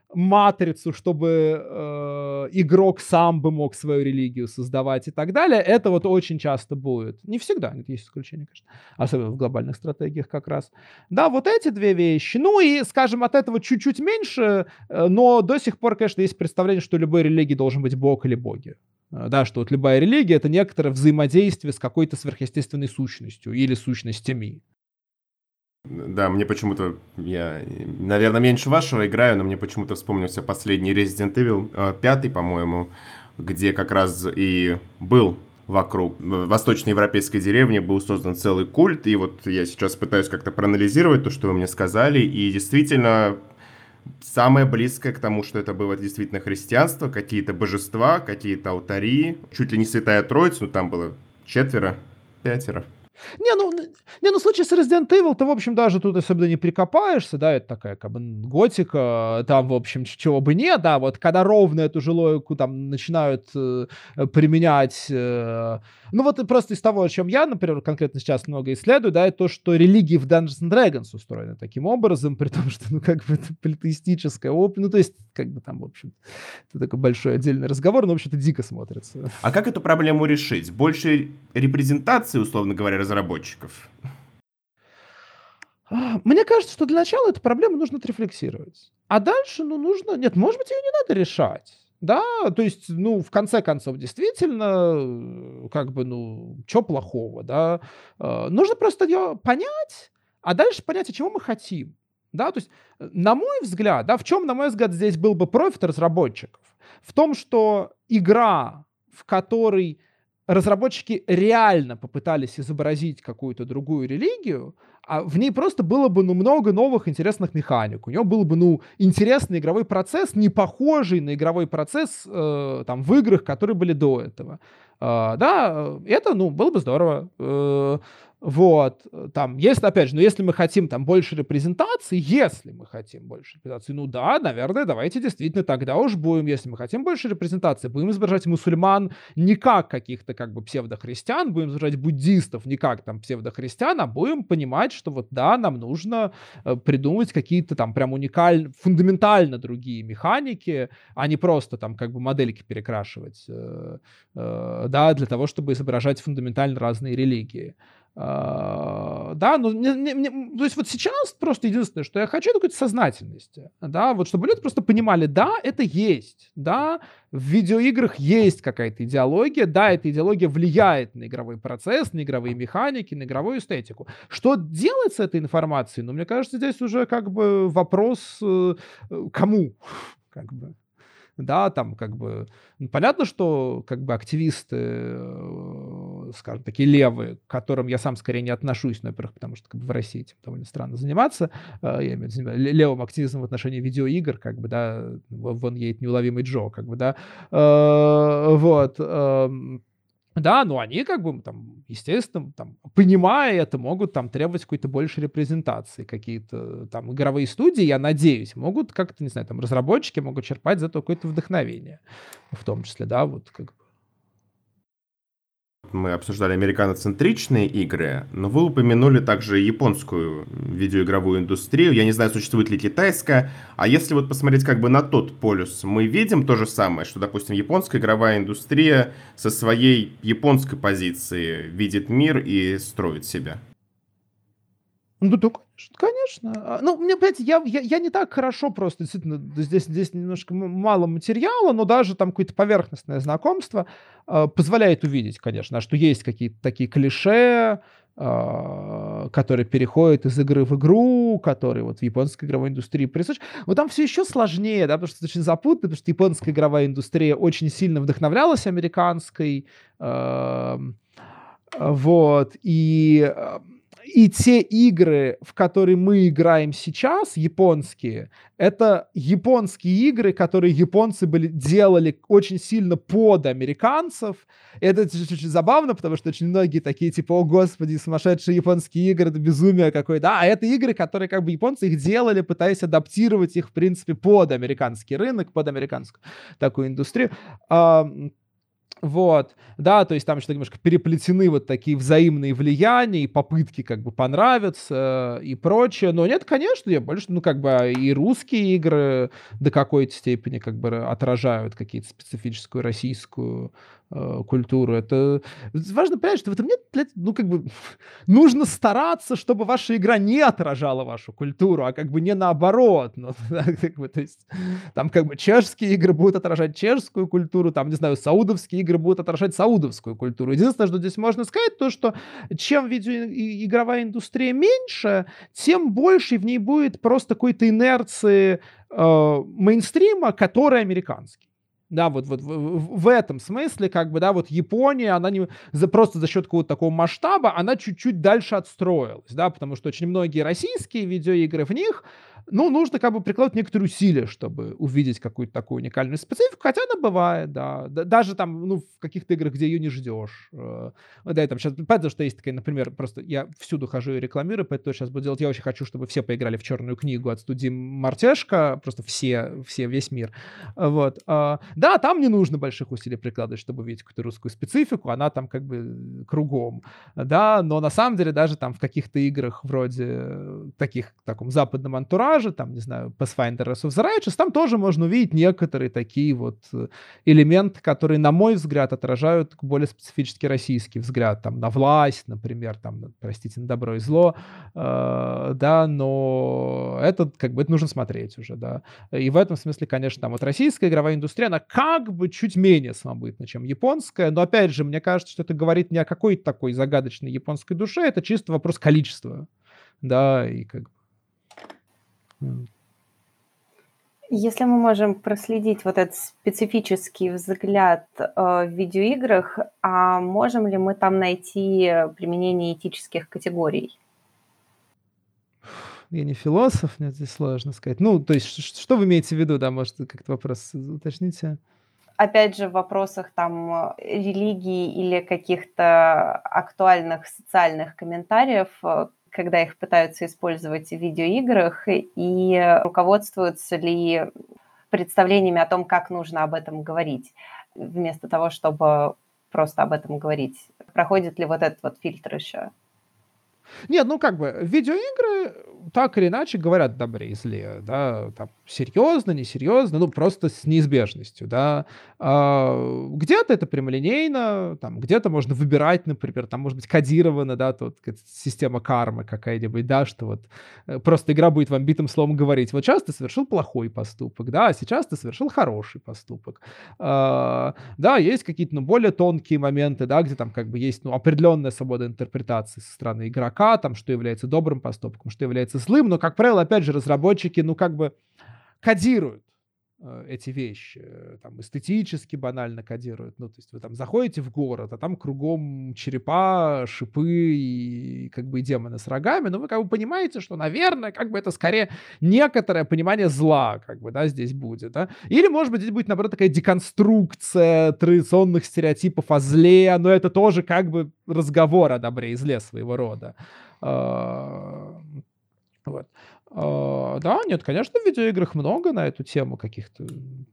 матрицу, чтобы игрок сам бы мог свою религию создавать и так далее, это вот очень часто будет. Не всегда, есть исключения, конечно, особенно в глобальных стратегиях как раз. Да, вот эти две вещи. Ну и, скажем, от этого чуть-чуть меньше, но до сих пор, конечно, есть представление, что у любой религии должен быть бог или боги. Да, что вот любая религия — это некоторое взаимодействие с какой-то сверхъестественной сущностью или сущностями. Да, мне почему-то, я, наверное, меньше вашего играю, но мне почему-то вспомнился последний Resident Evil 5, по-моему, где как раз и был вокруг восточноевропейской деревни был создан целый культ, и вот я сейчас пытаюсь как-то проанализировать то, что вы мне сказали, и действительно самое близкое к тому, что это было действительно христианство, какие-то божества, какие-то алтари, чуть ли не Святая Троица, ну там было 4, 5. Не, ну в случае с Resident Evil ты, в общем, даже тут особенно не прикопаешься, да, это такая как бы готика, там, в общем, чего бы нет, да, вот когда ровно эту же логику там начинают применять, ну вот и просто из того, о чем я, например, конкретно сейчас много исследую, да, это то, что религии в Dungeons and Dragons устроены таким образом, при том, что, ну, как бы это политеистическое, ну, то есть, как бы там, в общем, это такой большой отдельный разговор, но, в общем-то, дико смотрится. А как эту проблему решить? Больше репрезентации, условно говоря, разработчиков? Мне кажется, что для начала эту проблему нужно отрефлексировать. А дальше, ну, нужно... Нет, может быть, ее не надо решать. Да, то есть, ну, в конце концов, действительно, как бы, ну, что плохого, да? Нужно просто ее понять, а дальше понять, а чего мы хотим. Да, то есть, на мой взгляд, да, в чем, на мой взгляд, здесь был бы профит разработчиков? В том, что игра, в которой разработчики реально попытались изобразить какую-то другую религию, а в ней просто было бы, ну, много новых интересных механик. У нее был бы, ну, интересный игровой процесс, не похожий на игровой процесс там в играх, которые были до этого. Да, это, ну, было бы здорово. Вот, там, если, опять же, ну, если мы хотим там больше репрезентации, ну да, наверное, давайте действительно тогда уж будем, если мы хотим больше репрезентации, будем изображать мусульман не как каких-то как бы псевдохристиан, будем изображать буддистов не как там псевдохристиан, а будем понимать, что вот да, нам нужно придумывать какие-то там прям фундаментально другие механики, а не просто там как бы модельки перекрашивать, да, для того, чтобы изображать фундаментально разные религии. Да, но то есть вот сейчас просто единственное, что я хочу, это какой-то сознательности, да, вот чтобы люди просто понимали, да, это есть, да, в видеоиграх есть какая-то идеология, да, эта идеология влияет на игровой процесс, на игровые механики, на игровую эстетику. Что делать с этой информацией? Ну, мне кажется, здесь уже как бы вопрос кому, как бы. Да, там как бы понятно, что как бы активисты, скажем, такие левые, к которым я сам скорее не отношусь, во-первых, потому что как бы в России этим довольно странно заниматься, я имею в виду левым активизмом в отношении видеоигр, как бы, да, вон едет неуловимый Джо, как бы, да, вот, да, но они как бы там, естественно, там, понимая это, могут там требовать какой-то большей репрезентации. Какие-то там игровые студии, я надеюсь, могут как-то, не знаю, там разработчики могут черпать из этого какое-то вдохновение. В том числе, да, вот как бы. Мы обсуждали американоцентричные игры, но вы упомянули также японскую видеоигровую индустрию. Я не знаю, существует ли китайская. А если вот посмотреть как бы на тот полюс, мы видим то же самое, что, допустим, японская игровая индустрия со своей японской позиции видит мир и строит себя. Ну да, конечно. Ну, мне, понимаете, я не так хорошо просто, действительно, здесь немножко мало материала, но даже там какое-то поверхностное знакомство позволяет увидеть, конечно, что есть какие-то такие клише, которые переходят из игры в игру, которые вот в японской игровой индустрии присутствуют. Но там все еще сложнее, да, потому что это очень запутанно, потому что японская игровая индустрия очень сильно вдохновлялась американской, вот, и те игры, в которые мы играем сейчас, японские, это японские игры, которые японцы делали очень сильно под американцев. И это очень забавно, потому что очень многие такие, типа, о господи, сумасшедшие японские игры, это безумие какое-то. А это игры, которые как бы японцы их делали, пытаясь адаптировать их, в принципе, под американский рынок, под американскую такую индустрию. Вот, да, то есть там еще немножко переплетены вот такие взаимные влияния и попытки как бы понравиться и прочее. Но нет, конечно, я больше, ну, как бы и русские игры до какой-то степени как бы отражают какие-то специфическую российскую культуру. Это важно понять, что в этом нет, ну, как бы нужно стараться, чтобы ваша игра не отражала вашу культуру, а как бы не наоборот. Ну, как бы, то есть там как бы чешские игры будут отражать чешскую культуру, там, не знаю, саудовские игры будут отражать саудовскую культуру. Единственное, что здесь можно сказать, то, что чем видеоигровая индустрия меньше, тем больше в ней будет просто какой-то инерции мейнстрима, который американский. Да, вот в этом смысле, как бы, да, вот Япония, она не просто за счет какого-то такого масштаба, она чуть-чуть дальше отстроилась, да, потому что очень многие российские видеоигры в них, ну, нужно как бы прикладывать некоторые усилия, чтобы увидеть какую-то такую уникальную специфику, хотя она бывает, да. Даже там, ну, в каких-то играх, где ее не ждешь. Да, и там сейчас, понятно, что есть такая, например, просто я всюду хожу и рекламирую, поэтому сейчас буду делать. Я очень хочу, чтобы все поиграли в «Черную книгу» от студии Мартешка, просто все, весь мир. Вот. Да, там не нужно больших усилий прикладывать, чтобы увидеть какую-то русскую специфику, она там как бы кругом, да, но на самом деле даже там в каких-то играх вроде таких, в таком западном антураже, там, не знаю, Pathfinder Wrath of the Righteous, там тоже можно увидеть некоторые такие вот элементы, которые, на мой взгляд, отражают более специфический российский взгляд, там, на власть, например, там, простите, на добро и зло, да, но это, как бы, это нужно смотреть уже, да. И в этом смысле, конечно, там вот российская игровая индустрия, она как бы чуть менее самобытна, чем японская, но, опять же, мне кажется, что это говорит не о какой-то такой загадочной японской душе, это чисто вопрос количества, да, и как бы... Если мы можем проследить вот этот специфический взгляд в видеоиграх, а можем ли мы там найти применение этических категорий? Я не философ, мне здесь сложно сказать. Ну, то есть, что вы имеете в виду, да, может, как-то вопрос уточните? Опять же, в вопросах там религии или каких-то актуальных социальных комментариев, когда их пытаются использовать в видеоиграх, и руководствуются ли представлениями о том, как нужно об этом говорить, вместо того, чтобы просто об этом говорить. Проходит ли вот этот вот фильтр еще? Нет, ну как бы видеоигры так или иначе говорят о добре и зле, да, там, серьезно, несерьезно, ну просто с неизбежностью, да. Где-то это прямолинейно, там, где-то можно выбирать, например, там может быть кодировано, да, тут система кармы какая-нибудь, да, что вот просто игра будет вам битым словом говорить, вот сейчас ты совершил плохой поступок, да, а сейчас ты совершил хороший поступок. Да, есть какие-то, ну, более тонкие моменты, да, где там как бы есть, ну, определенная свобода интерпретации со стороны игрока, там, что является добрым поступком, что является злым, но, как правило, опять же, разработчики, ну, как бы кодируют эти вещи, там, эстетически банально кодируют. Ну, то есть вы там заходите в город, а там кругом черепа, шипы и как бы и демоны с рогами, но вы как бы понимаете, что, наверное, как бы это скорее некоторое понимание зла, как бы, да, здесь будет, да. Или, может быть, здесь будет, наоборот, такая деконструкция традиционных стереотипов о зле, но это тоже как бы разговор о добре и зле своего рода. Вот. Да, нет, конечно, в видеоиграх много на эту тему каких-то,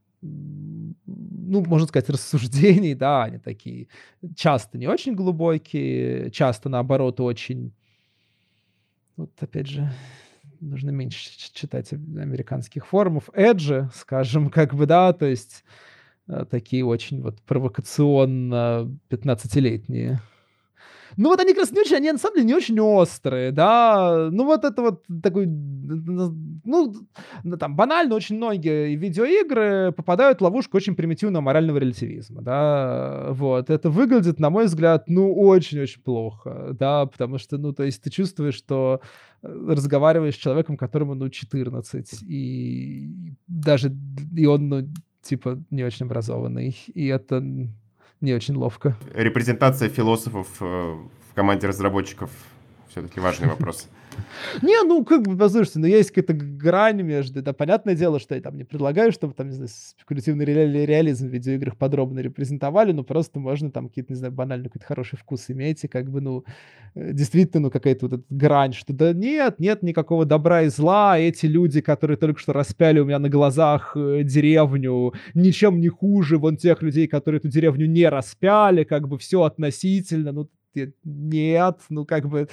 ну, можно сказать, рассуждений, да, они такие часто не очень глубокие, часто, наоборот, очень... Вот, опять же, нужно меньше читать американских форумов. Эджи, скажем, как бы, да, то есть такие очень вот провокационно 15-летние. Ну, вот они как раз не очень, они на самом деле не очень острые, да. Ну, вот это вот такой, ну, там, банально очень многие видеоигры попадают в ловушку очень примитивного морального релятивизма, да. Вот. Это выглядит, на мой взгляд, ну, очень-очень плохо, да, потому что, ну, то есть ты чувствуешь, что разговариваешь с человеком, которому, ну, 14, и даже, и он, ну, типа, не очень образованный, и это... не очень ловко. Репрезентация философов в команде разработчиков все-таки важный вопрос. Не, ну, как бы, послушайте, ну, есть какая-то грань между... Да, понятное дело, что я там не предлагаю, чтобы там, не знаю, спекулятивный реализм в видеоиграх подробно репрезентовали, но просто можно там какие-то, не знаю, банально какой-то хороший вкус иметь, и как бы, ну, действительно, ну, какая-то вот эта грань, что да нет никакого добра и зла, эти люди, которые только что распяли у меня на глазах деревню, ничем не хуже вон тех людей, которые эту деревню не распяли, как бы все относительно, ну, нет, ну, как бы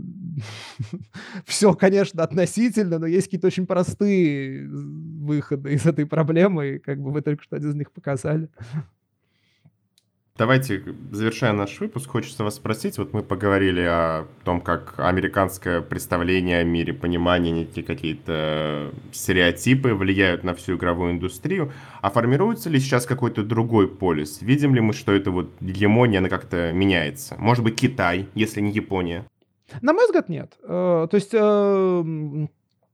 все, конечно, относительно, но есть какие-то очень простые выходы из этой проблемы, и как бы вы только что один из них показали. Давайте, завершая наш выпуск, хочется вас спросить. Вот мы поговорили о том, как американское представление о мире, понимание, некие какие-то стереотипы влияют на всю игровую индустрию. А формируется ли сейчас какой-то другой полюс? Видим ли мы, что эта вот гегемония, она как-то меняется? Может быть, Китай, если не Япония? На мой взгляд, нет. То есть, ну,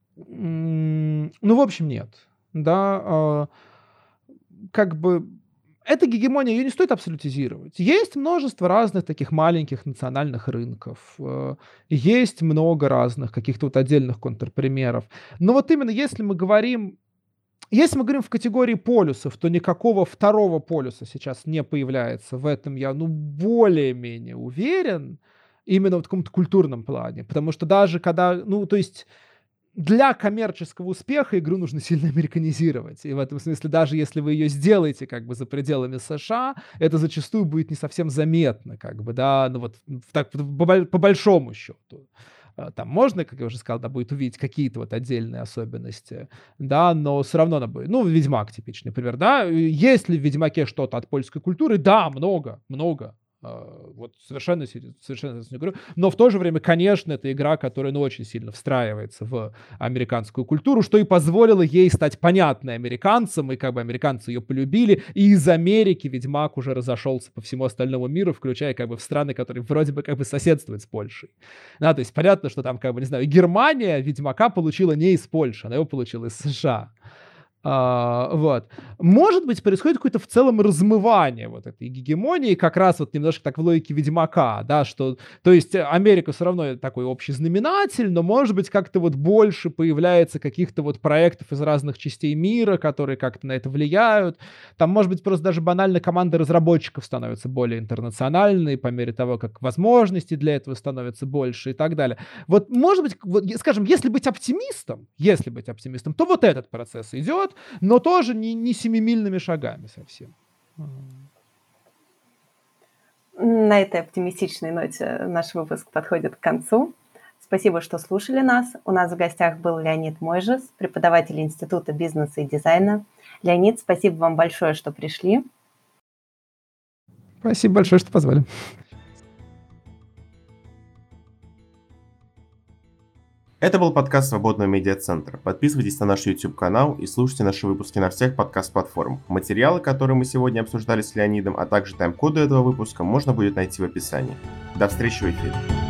в общем, нет. Да, как бы эта гегемония, ее не стоит абсолютизировать. Есть множество разных таких маленьких национальных рынков, есть много разных каких-то вот отдельных контрпримеров. Но вот именно если мы говорим в категории полюсов, то никакого второго полюса сейчас не появляется. В этом я, ну, более-менее уверен, именно в каком-то культурном плане. Потому что даже когда, ну, то есть для коммерческого успеха игру нужно сильно американизировать. И в этом смысле, даже если вы ее сделаете как бы за пределами США, это зачастую будет не совсем заметно, как бы, да, ну вот так, по большому счету. Там можно, как я уже сказал, да, будет увидеть какие-то вот отдельные особенности, да, но все равно она будет, ну, Ведьмак типичный пример, да, есть ли в Ведьмаке что-то от польской культуры? Да, много. Вот совершенно не говорю. Но в то же время, конечно, это игра, которая, ну, очень сильно встраивается в американскую культуру, что и позволило ей стать понятной американцам, и как бы американцы ее полюбили, и из Америки Ведьмак уже разошелся по всему остальному миру, включая как бы в страны, которые вроде бы как бы соседствуют с Польшей. Да, то есть понятно, что там, как бы, не знаю, Германия Ведьмака получила не из Польши, она его получила из США. Вот. Может быть, происходит какое-то в целом размывание вот этой гегемонии, как раз вот немножко так в логике Ведьмака, да, что, то есть Америка все равно такой общий знаменатель, но, может быть, как-то вот больше появляется каких-то вот проектов из разных частей мира, которые как-то на это влияют. Там, может быть, просто даже банально команда разработчиков становится более интернациональной по мере того, как возможностей для этого становится больше и так далее. Вот, может быть, вот, скажем, если быть оптимистом, то вот этот процесс идет, но тоже не семимильными шагами совсем. На этой оптимистичной ноте наш выпуск подходит к концу. Спасибо, что слушали нас. У нас в гостях был Леонид Мойжес, преподаватель Института бизнеса и дизайна. Леонид, спасибо вам большое, что пришли. Спасибо большое, что позвали. Это был подкаст Свободного медиацентра. Подписывайтесь на наш YouTube-канал и слушайте наши выпуски на всех подкаст-платформах. Материалы, которые мы сегодня обсуждали с Леонидом, а также тайм-коды этого выпуска можно будет найти в описании. До встречи в эфире.